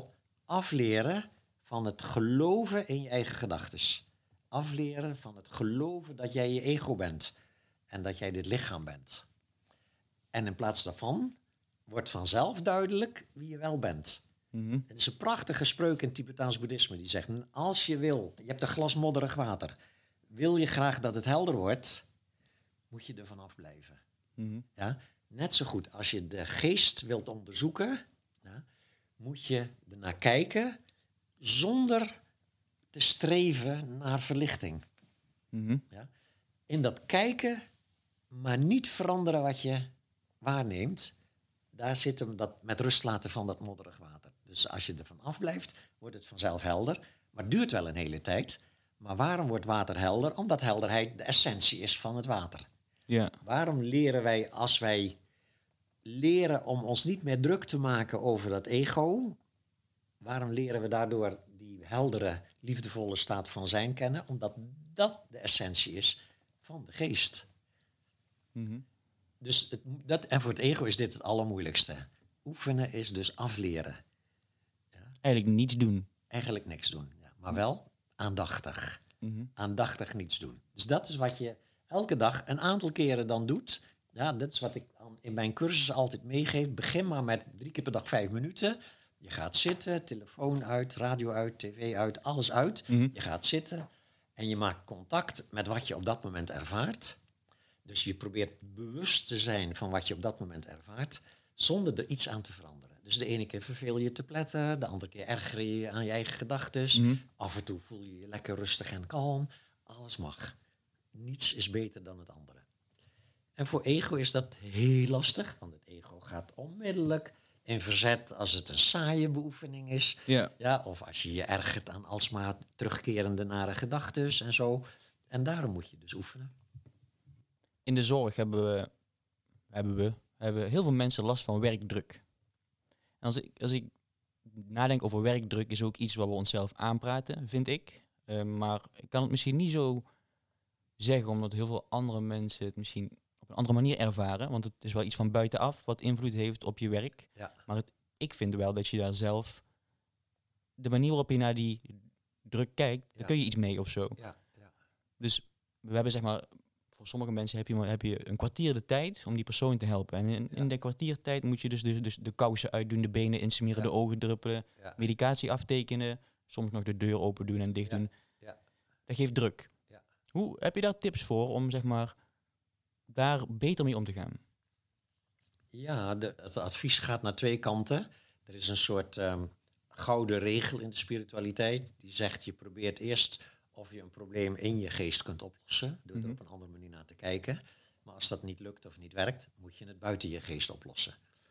afleren van het geloven in je eigen gedachtes. Afleren van het geloven dat jij je ego bent en dat jij dit lichaam bent. En in plaats daarvan wordt vanzelf duidelijk wie je wel bent. Mm-hmm. Het is een prachtige spreuk in het Tibetaans boeddhisme die zegt, als je wil, je hebt een glas modderig water, wil je graag dat het helder wordt, moet je er vanaf blijven. Mm-hmm. Ja? Net zo goed, als je de geest wilt onderzoeken, ja, moet je ernaar kijken zonder te streven naar verlichting. Mm-hmm. Ja? In dat kijken, maar niet veranderen wat je waarneemt, daar zit hem dat met rust laten van dat modderig water. Dus als je er van afblijft, wordt het vanzelf helder. Maar het duurt wel een hele tijd. Maar waarom wordt water helder? Omdat helderheid de essentie is van het water. Ja. Waarom leren wij, als wij leren om ons niet meer druk te maken over dat ego, waarom leren we daardoor die heldere, liefdevolle staat van zijn kennen? Omdat dat de essentie is van de geest. Mm-hmm. Dus het, dat, en voor het ego is dit het allermoeilijkste. Oefenen is dus afleren. Eigenlijk niets doen. Eigenlijk niks doen. Ja, maar wel aandachtig. Mm-hmm. Aandachtig niets doen. Dus dat is wat je elke dag een aantal keren dan doet. Ja, dat is wat ik in mijn cursus altijd meegeef. Begin maar met drie keer per dag vijf minuten. Je gaat zitten, telefoon uit, radio uit, tv uit, alles uit. Mm-hmm. Je gaat zitten en je maakt contact met wat je op dat moment ervaart. Dus je probeert bewust te zijn van wat je op dat moment ervaart, zonder er iets aan te veranderen. Dus de ene keer verveel je te pletten, de andere keer erger je je aan je eigen gedachtes. Mm-hmm. Af en toe voel je je lekker rustig en kalm. Alles mag. Niets is beter dan het andere. En voor ego is dat heel lastig, want het ego gaat onmiddellijk in verzet als het een saaie beoefening is. Ja. Ja, of als je je ergert aan alsmaar terugkerende nare gedachtes en zo. En daarom moet je dus oefenen. In de zorg hebben we, hebben we hebben heel veel mensen last van werkdruk. En als ik, als ik nadenk over werkdruk, is ook iets wat we onszelf aanpraten, vind ik. Uh, maar ik kan het misschien niet zo zeggen, omdat heel veel andere mensen het misschien op een andere manier ervaren. Want het is wel iets van buitenaf wat invloed heeft op je werk. Ja. Maar het, ik vind wel dat je daar zelf, de manier waarop je naar die druk kijkt, Ja. daar kun je iets mee of zo. Ja, ja. Dus we hebben zeg maar, voor sommige mensen heb je, maar, heb je een kwartier de tijd om die persoon te helpen. En in, Ja. in de kwartiertijd moet je dus, dus, dus de kousen uitdoen, de benen insmeren, Ja. de ogen druppelen, Ja. medicatie aftekenen, soms nog de deur open doen en dicht Ja. doen. Ja. Dat geeft druk. Ja. Hoe heb je daar tips voor om zeg maar daar beter mee om te gaan? Ja, de, het advies gaat naar twee kanten. Er is een soort um, gouden regel in de spiritualiteit. Die zegt, je probeert eerst of je een probleem in je geest kunt oplossen, door Mm-hmm. er op een andere manier naar te kijken. Maar als dat niet lukt of niet werkt, moet je het buiten je geest oplossen.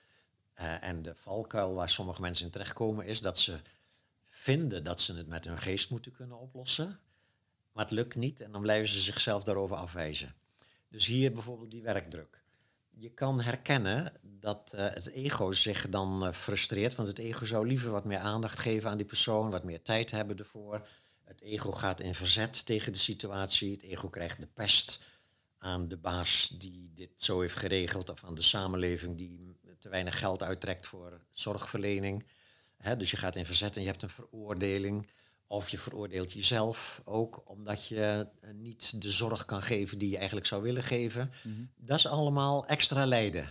Uh, en de valkuil waar sommige mensen in terechtkomen is dat ze vinden dat ze het met hun geest moeten kunnen oplossen. Maar het lukt niet en dan blijven ze zichzelf daarover afwijzen. Dus hier bijvoorbeeld die werkdruk. Je kan herkennen dat uh, het ego zich dan uh, frustreert. Want het ego zou liever wat meer aandacht geven aan die persoon. Wat meer tijd hebben ervoor. Het ego gaat in verzet tegen de situatie. Het ego krijgt de pest aan de baas die dit zo heeft geregeld. Of aan de samenleving die te weinig geld uittrekt voor zorgverlening. Hè, dus je gaat in verzet en je hebt een veroordeling. Of je veroordeelt jezelf ook omdat je uh, niet de zorg kan geven die je eigenlijk zou willen geven. Mm-hmm. Dat is allemaal extra lijden.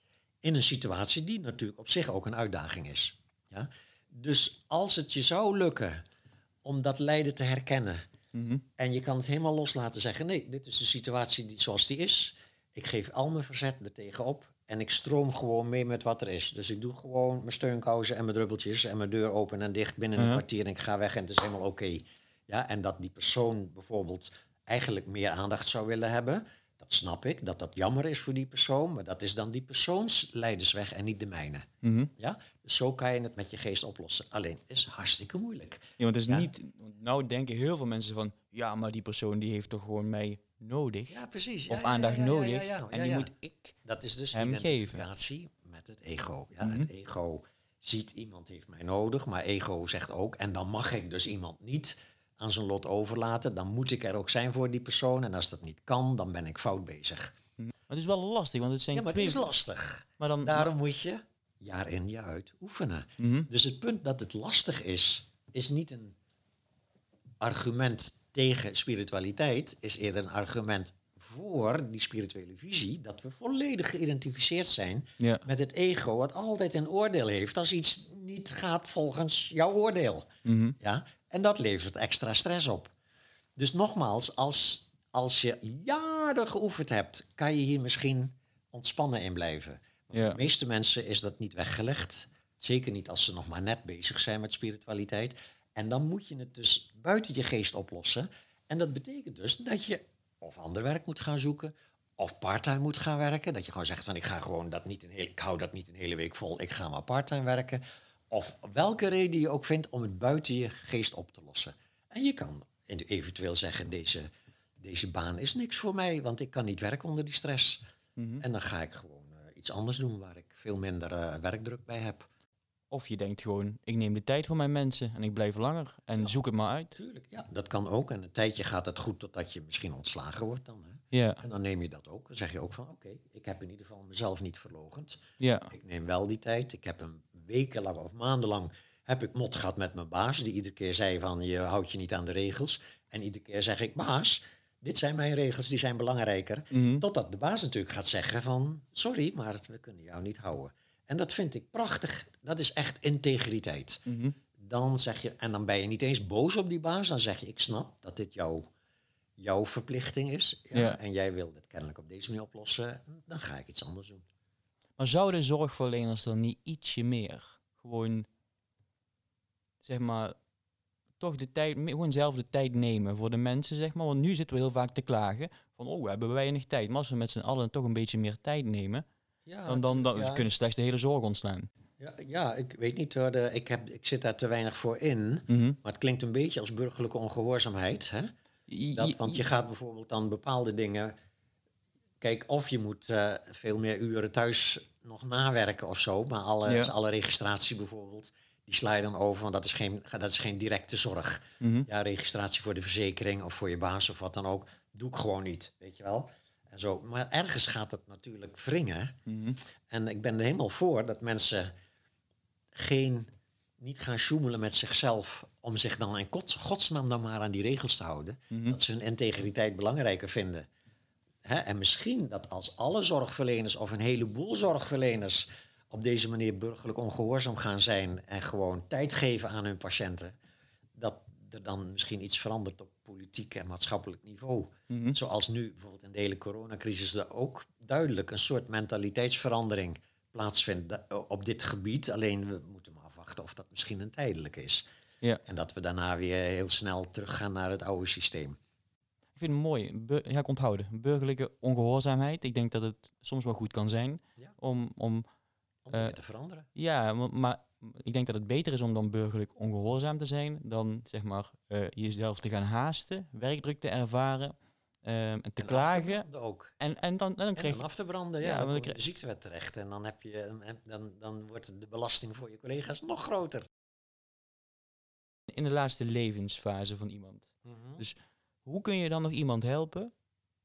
In een situatie die natuurlijk op zich ook een uitdaging is. Ja? Dus als het je zou lukken om dat lijden te herkennen. Mm-hmm. En je kan het helemaal loslaten zeggen, nee, dit is de situatie die, zoals die is. Ik geef al mijn verzet er tegenop. En ik stroom gewoon mee met wat er is. Dus ik doe gewoon mijn steunkousen en mijn druppeltjes en mijn deur open en dicht binnen Uh-huh. een kwartier en ik ga weg en het is helemaal oké. Okay. Ja, en dat die persoon bijvoorbeeld eigenlijk meer aandacht zou willen hebben, dat snap ik, dat dat jammer is voor die persoon, maar dat is dan die persoons lijdensweg en niet de mijne. Mm-hmm. Ja? Dus zo kan je het met je geest oplossen. Alleen, het is hartstikke moeilijk. Ja, want het is Ja. niet, want nou denken heel veel mensen van, ja, maar die persoon die heeft toch gewoon mij nodig. Ja, precies. Of aandacht nodig. Ja, ja, ja, en ja, die ja. moet ik. Dat is dus hem identificatie met het ego. Ja, Mhm. Het ego ziet iemand heeft mij nodig, maar ego zegt ook, en dan mag ik dus iemand niet aan zijn lot overlaten. Dan moet ik er ook zijn voor die persoon. En als dat niet kan, dan ben ik fout bezig. Maar het is wel lastig, want het zijn Ja, maar het twee... is lastig. Maar dan, Daarom moet je jaar in, jaar uit oefenen. Mm-hmm. Dus het punt dat het lastig is, is niet een argument tegen spiritualiteit, is eerder een argument voor die spirituele visie, dat we volledig geïdentificeerd zijn Ja. met het ego, wat altijd een oordeel heeft als iets niet gaat volgens jouw oordeel. Mm-hmm. Ja? En dat levert extra stress op. Dus nogmaals, als, als je jaren geoefend hebt, kan je hier misschien ontspannen in blijven. Maar Ja. voor de meeste mensen is dat niet weggelegd. Zeker niet als ze nog maar net bezig zijn met spiritualiteit. En dan moet je het dus buiten je geest oplossen. En dat betekent dus dat je of ander werk moet gaan zoeken, of parttime moet gaan werken. Dat je gewoon zegt van ik ga gewoon dat niet een hele, ik hou dat niet een hele week vol, ik ga maar parttime werken. Of welke reden je ook vindt om het buiten je geest op te lossen. En je kan eventueel zeggen, deze, deze baan is niks voor mij, want ik kan niet werken onder die stress. Mm-hmm. En dan ga ik gewoon uh, iets anders doen waar ik veel minder uh, werkdruk bij heb. Of je denkt gewoon, ik neem de tijd voor mijn mensen en ik blijf langer en Ja. zoek het maar uit. Tuurlijk, ja, dat kan ook. En een tijdje gaat het goed totdat je misschien ontslagen wordt dan. Hè? Ja. En dan neem je dat ook. Dan zeg je ook van, oké, okay, ik heb in ieder geval mezelf niet verloochend. Ja. Ik neem wel die tijd. Ik heb een wekenlang of maandenlang heb ik mot gehad met mijn baas, die iedere keer zei van, je houdt je niet aan de regels. En iedere keer zeg ik, baas, dit zijn mijn regels, die zijn belangrijker. Mm-hmm. Totdat de baas natuurlijk gaat zeggen van, sorry, maar we kunnen jou niet houden. En dat vind ik prachtig. Dat is echt integriteit. Mm-hmm. Dan zeg je, en dan ben je niet eens boos op die baas. Dan zeg je, ik snap dat dit jouw, jouw verplichting is. Ja, Ja. En jij wil het kennelijk op deze manier oplossen. Dan ga ik iets anders doen. Maar zouden zorgverleners dan niet ietsje meer gewoon, zeg maar, toch de tijd, gewoon zelf de tijd nemen voor de mensen, zeg maar. Want nu zitten we heel vaak te klagen van, oh, we hebben weinig tijd. Maar als we met z'n allen toch een beetje meer tijd nemen, Ja, dan, dan, dan ja, kunnen straks de hele zorg ontslaan. ja, ja, ik weet niet hoor. De, ik, heb, ik zit daar te weinig voor in. Mm-hmm. Maar het klinkt een beetje als burgerlijke ongehoorzaamheid. Hè? Dat, want je gaat bijvoorbeeld dan bepaalde dingen. Kijk, of je moet uh, veel meer uren thuis nog nawerken of zo. Maar alle, Ja. alle registratie bijvoorbeeld, die sla je dan over. Want dat is geen, dat is geen directe zorg. Mm-hmm. Ja, registratie voor de verzekering of voor je baas of wat dan ook. Doe ik gewoon niet, weet je wel. En zo. Maar ergens gaat het natuurlijk wringen. Mm-hmm. En ik ben er helemaal voor dat mensen geen, niet gaan sjoemelen met zichzelf om zich dan in gods, godsnaam dan maar aan die regels te houden. Mm-hmm. Dat ze hun integriteit belangrijker vinden. Hè? En misschien dat als alle zorgverleners of een heleboel zorgverleners op deze manier burgerlijk ongehoorzaam gaan zijn en gewoon tijd geven aan hun patiënten, dat er dan misschien iets verandert op politiek en maatschappelijk niveau. Mm-hmm. Zoals nu bijvoorbeeld in de hele coronacrisis er ook duidelijk een soort mentaliteitsverandering plaatsvindt op dit gebied. Alleen we moeten maar afwachten of dat misschien een tijdelijke is. Ja. En dat we daarna weer heel snel teruggaan naar het oude systeem. Ik vind het mooi. Bur- ja, ik onthouden. Burgerlijke ongehoorzaamheid. Ik denk dat het soms wel goed kan zijn Ja. om, om Om Uh, weer te veranderen. ja, maar, maar ik denk dat het beter is om dan burgerlijk ongehoorzaam te zijn dan zeg maar uh, jezelf te gaan haasten, werkdruk te ervaren um, en te en klagen. af te ook. En, en dan, dan En krijg dan je... af te branden, ja, Ja, dan want kom dan je in de ziektewet terecht. En dan, heb je, dan, dan wordt de belasting voor je collega's nog groter. In de laatste levensfase van iemand. Mm-hmm. Dus hoe kun je dan nog iemand helpen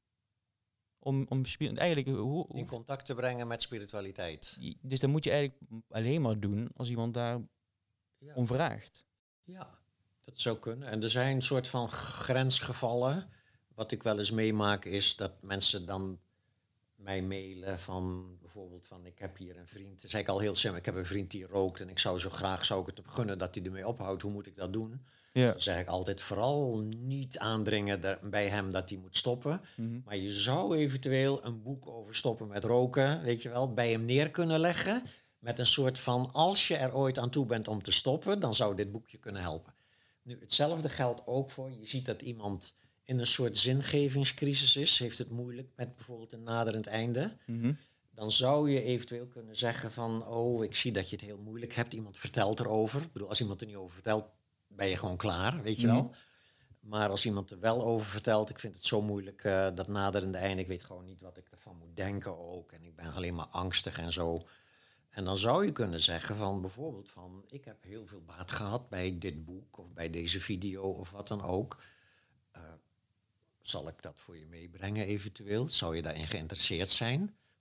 om, om spi- eigenlijk... Hoe, hoe, In contact te brengen met spiritualiteit. dus dat moet je eigenlijk alleen maar doen als iemand daar Ja. om vraagt. Ja, dat zou kunnen. En er zijn een soort van grensgevallen. Wat ik wel eens meemaak is dat mensen dan mij mailen van bijvoorbeeld van ik heb hier een vriend. Dat zei ik al heel simpel. Ik heb een vriend die rookt en ik zou zo graag zou ik het hem gunnen dat hij ermee ophoudt. Hoe moet ik dat doen? Ja. Dan zeg ik altijd vooral niet aandringen der, bij hem dat hij moet stoppen. Mm-hmm. Maar je zou eventueel een boek over stoppen met roken, weet je wel, bij hem neer kunnen leggen. Met een soort van, als je er ooit aan toe bent om te stoppen, dan zou dit boekje kunnen helpen. Nu, hetzelfde geldt ook voor, je ziet dat iemand in een soort zingevingscrisis is, heeft het moeilijk met bijvoorbeeld een naderend einde. Mm-hmm. Dan zou je eventueel kunnen zeggen van, oh, ik zie dat je het heel moeilijk hebt. Iemand vertelt erover. Ik bedoel, als iemand er niet over vertelt, ben je gewoon klaar, weet je Mm-hmm. wel. Maar als iemand er wel over vertelt, ik vind het zo moeilijk, uh, dat naderende einde, ik weet gewoon niet wat ik ervan moet denken ook. En ik ben alleen maar angstig en zo. En dan zou je kunnen zeggen van bijvoorbeeld van, ik heb heel veel baat gehad bij dit boek of bij deze video of wat dan ook. Uh, zal ik dat voor je meebrengen eventueel? Zou je daarin geïnteresseerd zijn?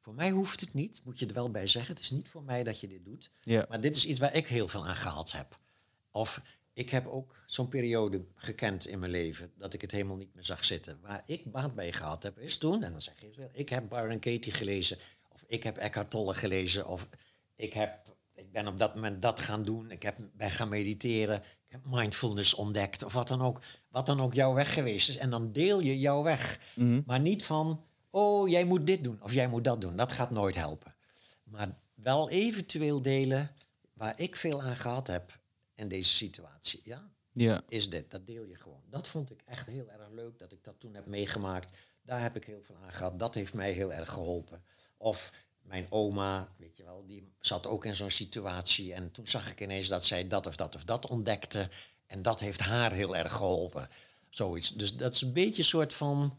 Voor mij hoeft het niet, moet je er wel bij zeggen. Het is niet voor mij dat je dit doet. Ja. Maar dit is iets waar ik heel veel aan gehad heb. Of ik heb ook zo'n periode gekend in mijn leven dat ik het helemaal niet meer zag zitten. Waar ik baat bij gehad heb, is toen, en dan zeg je wel, ik heb Byron Katie gelezen, of ik heb Eckhart Tolle gelezen, of ik, heb, ik ben op dat moment dat gaan doen, ik heb, ben gaan mediteren, ik heb mindfulness ontdekt, of wat dan ook. Wat dan ook jouw weg geweest is. En dan deel je jouw weg. Mm-hmm. Maar niet van, oh, jij moet dit doen, of jij moet dat doen. Dat gaat nooit helpen. Maar wel eventueel delen waar ik veel aan gehad heb in deze situatie. Ja, Ja. is dit. Dat deel je gewoon. Dat vond ik echt heel erg leuk dat ik dat toen heb meegemaakt. Daar heb ik heel veel aan gehad. Dat heeft mij heel erg geholpen. Of mijn oma, weet je wel, die zat ook in zo'n situatie. En toen zag ik ineens dat zij dat of dat of dat ontdekte. En dat heeft haar heel erg geholpen. Zoiets. Dus dat is een beetje een soort van,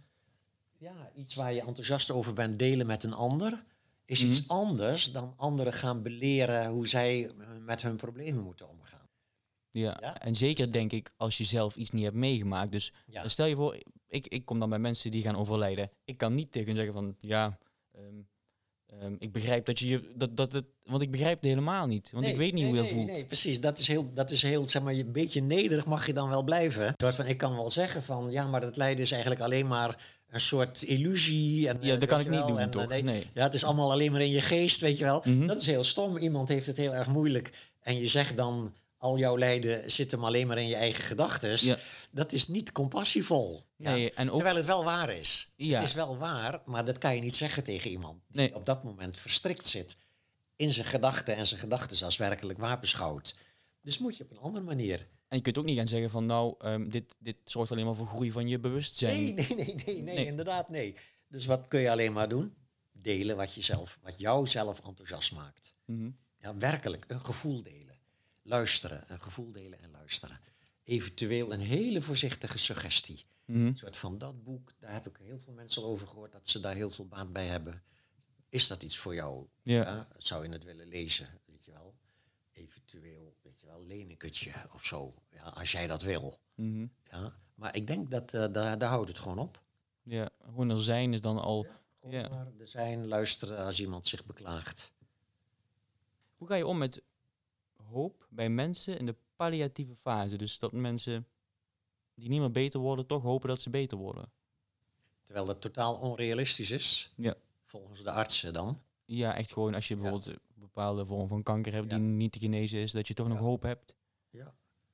ja, iets waar je enthousiast over bent, delen met een ander. Is Mhm. iets anders dan anderen gaan beleren hoe zij eh, met hun problemen moeten omgaan. Ja. Ja? En zeker denk ik als je zelf iets niet hebt meegemaakt. Dus Ja. eh, stel je voor, ik, ik kom dan bij mensen die gaan overlijden. Ik kan niet tegen hun zeggen van, ja, ehm, ehm, ik begrijp dat je je, dat, dat het, want ik begrijp het helemaal niet. Want Nee, ik weet niet nee, hoe dat nee, voelt. Nee, precies. Dat is heel, dat is heel, zeg maar, een beetje nederig mag je dan wel blijven. Een soort van, ik kan wel zeggen van, ja, maar het lijden is eigenlijk alleen maar een soort illusie. En, Ja, eh, dat kan weet ik je niet wel, doen, en, toch? eh, nee, Nee. Ja, het is allemaal alleen maar in je geest, weet je wel. Mhm. Dat is heel stom. Iemand heeft het heel erg moeilijk. En je zegt dan, al jouw lijden zit hem alleen maar in je eigen gedachten. Ja. Dat is niet compassievol. Ja. Nee, en ook, Terwijl het wel waar is. Ja. Het is wel waar, maar dat kan je niet zeggen tegen iemand die Nee. op dat moment verstrikt zit in zijn gedachten en zijn gedachten als werkelijk waar beschouwt. Dus moet je op een andere manier. en je kunt ook niet gaan zeggen van, nou, ehm, dit, dit zorgt alleen maar voor groei van je bewustzijn. Nee, nee, nee, nee, nee, Nee. inderdaad, nee. Dus wat kun je alleen maar doen? Delen wat, jezelf, wat jou zelf enthousiast maakt. Mhm. Ja, werkelijk, een gevoel delen. Luisteren, een gevoel delen en luisteren. Eventueel een hele voorzichtige suggestie. Mhm. Een soort van dat boek, daar heb ik heel veel mensen over gehoord, dat ze daar heel veel baat bij hebben. Is dat iets voor jou? Ja. Zou je het willen lezen, weet je wel? Eventueel, weet je wel, leen ik het je of zo. Ja, als jij dat wil. Mhm. Ja. Maar ik denk dat uh, daar, daar houdt het gewoon op. Ja, gewoon er zijn is dan al... Gewoon Ja. maar er zijn, luisteren als iemand zich beklaagt. Hoe ga je om met hoop bij mensen in de palliatieve fase? Dus dat mensen die niet meer beter worden, toch hopen dat ze beter worden. Terwijl dat totaal onrealistisch is. Ja. Volgens de artsen dan. Ja, echt gewoon als je bijvoorbeeld een bepaalde vorm van kanker hebt Ja. die niet te genezen is, dat je toch Ja. nog hoop hebt. Ja.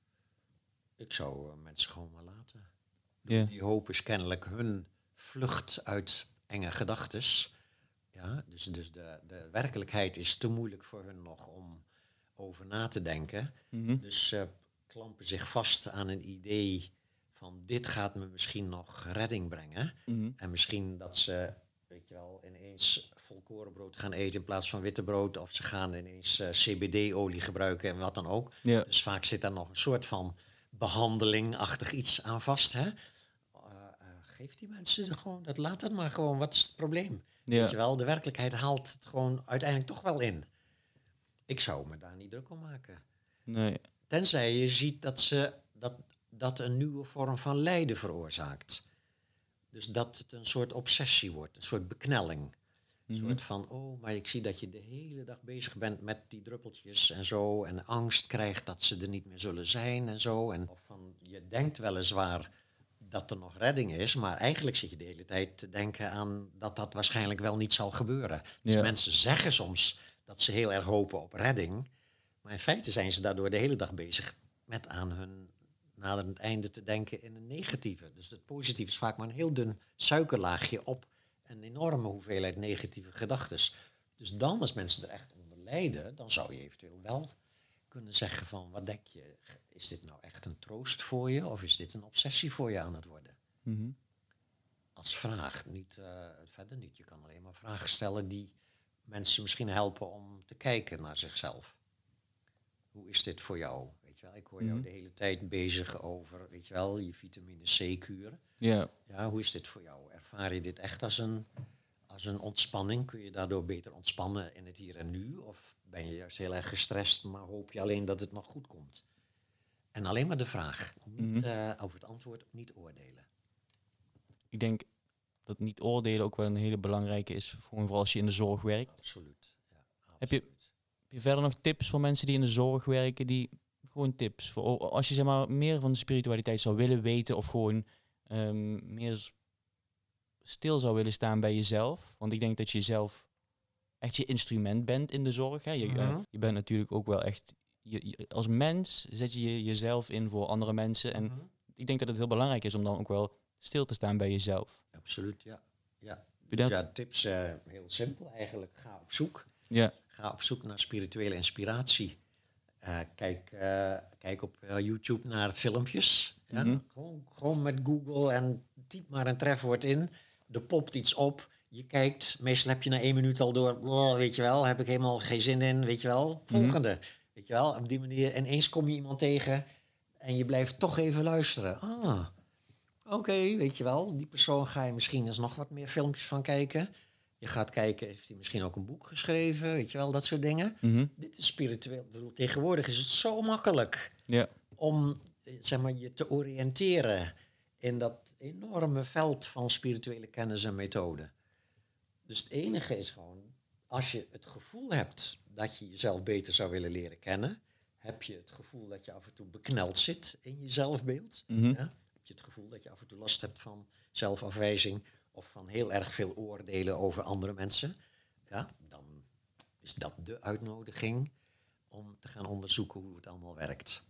Ik zou uh, mensen gewoon maar laten. Ja. Die hoop is kennelijk hun vlucht uit enge gedachtes. Ja, dus dus de, de werkelijkheid is te moeilijk voor hun nog om over na te denken. Mhm. Dus ze uh, klampen zich vast aan een idee van dit gaat me misschien nog redding brengen. Mhm. En misschien dat ze, weet je wel, ineens volkorenbrood gaan eten in plaats van witte brood. Of ze gaan ineens uh, C B D-olie gebruiken en wat dan ook. Ja. Dus vaak zit daar nog een soort van behandelingachtig iets aan vast. Hè? Uh, uh, geef die mensen er gewoon, dat laat het maar gewoon. Wat is het probleem? Ja. Weet je wel, de werkelijkheid haalt het gewoon uiteindelijk toch wel in. Ik zou me daar niet druk om maken. Nee. Tenzij je ziet dat ze dat, dat een nieuwe vorm van lijden veroorzaakt. Dus dat het een soort obsessie wordt, een soort beknelling. Een Mhm. soort van, oh, maar ik zie dat je de hele dag bezig bent met die druppeltjes en zo. En angst krijgt dat ze er niet meer zullen zijn en zo. En of van, je denkt weliswaar dat er nog redding is, maar eigenlijk zit je de hele tijd te denken aan dat dat waarschijnlijk wel niet zal gebeuren. Dus Ja. mensen zeggen soms dat ze heel erg hopen op redding. Maar in feite zijn ze daardoor de hele dag bezig met aan hun naderend einde te denken in een negatieve. Dus het positieve is vaak maar een heel dun suikerlaagje op een enorme hoeveelheid negatieve gedachten. Dus dan, als mensen er echt onder lijden, dan zou je eventueel wel kunnen zeggen van, wat denk je, is dit nou echt een troost voor je of is dit een obsessie voor je aan het worden? Mhm. Als vraag, niet, uh, verder niet. Je kan alleen maar vragen stellen die mensen misschien helpen om te kijken naar zichzelf. Hoe is dit voor jou? Weet je wel, ik hoor jou Mhm. de hele tijd bezig over, weet je wel, je vitamine C-kuur. Ja. Ja, hoe is dit voor jou? Ervaar je dit echt als een, als een ontspanning? Kun je daardoor beter ontspannen in het hier en nu? Of ben je juist heel erg gestrest, maar hoop je alleen dat het nog goed komt? En alleen maar de vraag. Niet Mhm. uh, over het antwoord, niet oordelen. Ik denk, dat niet oordelen ook wel een hele belangrijke is, gewoon vooral als je in de zorg werkt. Absoluut. Ja, absoluut. Heb je, heb je verder nog tips voor mensen die in de zorg werken, die gewoon tips voor als je zeg maar meer van de spiritualiteit zou willen weten of gewoon um, meer stil zou willen staan bij jezelf? Want ik denk dat je zelf echt je instrument bent in de zorg. Hè? Je, uh, Mm-hmm. je bent natuurlijk ook wel echt... Je, je, als mens zet je, je jezelf in voor andere mensen. En Mm-hmm. ik denk dat het heel belangrijk is om dan ook wel stil te staan bij jezelf. Absoluut, ja. Ja, Dus ja tips uh, heel simpel eigenlijk. Ga op zoek. Ja. Ga op zoek naar spirituele inspiratie. Uh, kijk, uh, kijk op uh, YouTube naar filmpjes. Ja? Mm-hmm. Gewoon, gewoon met Google en typ maar een trefwoord in. Er popt iets op. Je kijkt, meestal heb je na één minuut al door, oh, weet je wel, heb ik helemaal geen zin in, weet je wel. Volgende, mm-hmm. weet je wel, op die manier. En eens kom je iemand tegen en je blijft toch even luisteren. Ah, oké, okay, weet je wel. Die persoon ga je misschien eens nog wat meer filmpjes van kijken. Je gaat kijken, heeft hij misschien ook een boek geschreven, weet je wel, dat soort dingen. Mm-hmm. Dit is spiritueel. Tegenwoordig is het zo makkelijk yeah. om, zeg maar, je te oriënteren in dat enorme veld van spirituele kennis en methoden. Dus het enige is gewoon, als je het gevoel hebt dat je jezelf beter zou willen leren kennen, heb je het gevoel dat je af en toe bekneld zit in je zelfbeeld. Mm-hmm. Ja? Heb je het gevoel dat je af en toe last hebt van zelfafwijzing of van heel erg veel oordelen over andere mensen. Ja, dan is dat de uitnodiging om te gaan onderzoeken hoe het allemaal werkt.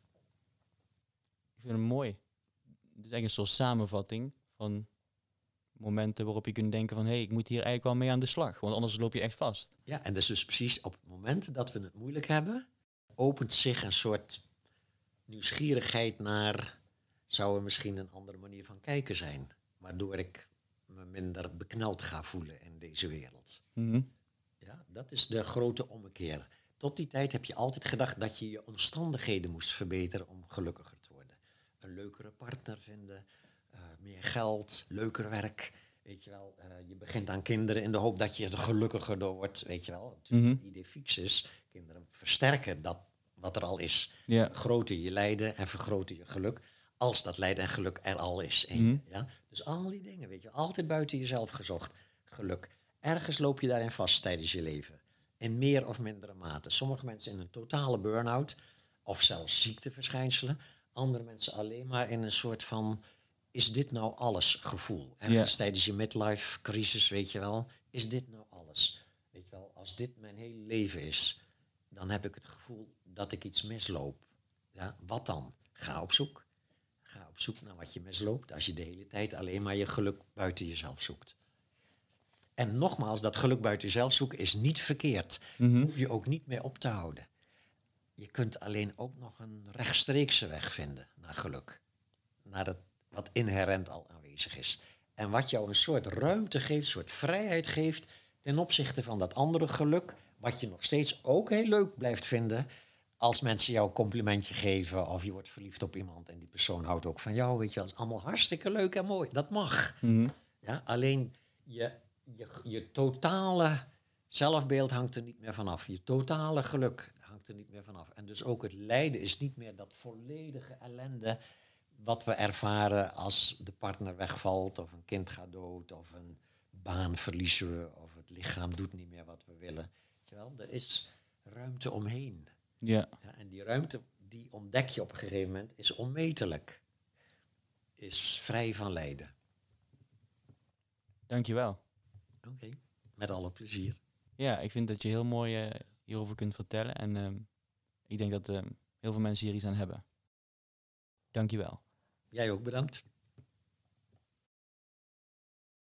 Ik vind het mooi. Het is eigenlijk een soort samenvatting van momenten waarop je kunt denken van hé, hey, ik moet hier eigenlijk wel mee aan de slag, want anders loop je echt vast. Ja, en dat is dus precies op het moment dat we het moeilijk hebben, opent zich een soort nieuwsgierigheid naar, zou er misschien een andere manier van kijken zijn, waardoor ik me minder bekneld ga voelen in deze wereld. Mm-hmm. Ja, dat is de grote ommekeer. Tot die tijd heb je altijd gedacht dat je je omstandigheden moest verbeteren om gelukkiger te worden. Een leukere partner vinden, uh, meer geld, leuker werk. Weet je wel, uh, je begint aan kinderen in de hoop dat je er gelukkiger door wordt. Weet je wel, natuurlijk mm-hmm. het idee fix is. Kinderen versterken dat wat er al is. Yeah. Vergroten je lijden en vergroten je geluk. Als dat lijden en geluk er al is. En, mm-hmm. ja? Dus al die dingen, weet je, altijd buiten jezelf gezocht. Geluk. Ergens loop je daarin vast tijdens je leven. In meer of mindere mate. Sommige mensen in een totale burn-out. Of zelfs ziekteverschijnselen. Andere mensen alleen maar in een soort van, is dit nou alles gevoel? Ergens yeah. tijdens je midlife crisis, weet je wel. Is dit nou alles? Weet je wel, als dit mijn hele leven is, dan heb ik het gevoel dat ik iets misloop. Ja, wat dan? Ga op zoek. Ga op zoek naar wat je misloopt. Als je de hele tijd alleen maar je geluk buiten jezelf zoekt. En nogmaals, dat geluk buiten jezelf zoeken is niet verkeerd. Mm-hmm. Hoef je ook niet meer op te houden. Je kunt alleen ook nog een rechtstreekse weg vinden naar geluk. Naar dat wat inherent al aanwezig is. En wat jou een soort ruimte geeft, een soort vrijheid geeft ten opzichte van dat andere geluk, wat je nog steeds ook heel leuk blijft vinden als mensen jou een complimentje geven of je wordt verliefd op iemand en die persoon houdt ook van jou. Weet je, dat is allemaal hartstikke leuk en mooi. Dat mag. Mm-hmm. Ja, alleen je, je, je totale zelfbeeld hangt er niet meer vanaf. Je totale geluk hangt er niet meer vanaf. En dus ook het lijden is niet meer dat volledige ellende wat we ervaren als de partner wegvalt of een kind gaat dood of een baan verliezen we of het lichaam doet niet meer wat we willen. Weet je wel? Er is ruimte omheen. Ja. Ja, en die ruimte, die ontdek je op een gegeven moment, is onmetelijk. Is vrij van lijden. Dankjewel. Oké, okay. Met alle plezier. Ja, ik vind dat je heel mooi uh, hierover kunt vertellen. En uh, ik denk dat uh, heel veel mensen hier iets aan hebben. Dankjewel. Jij ook bedankt.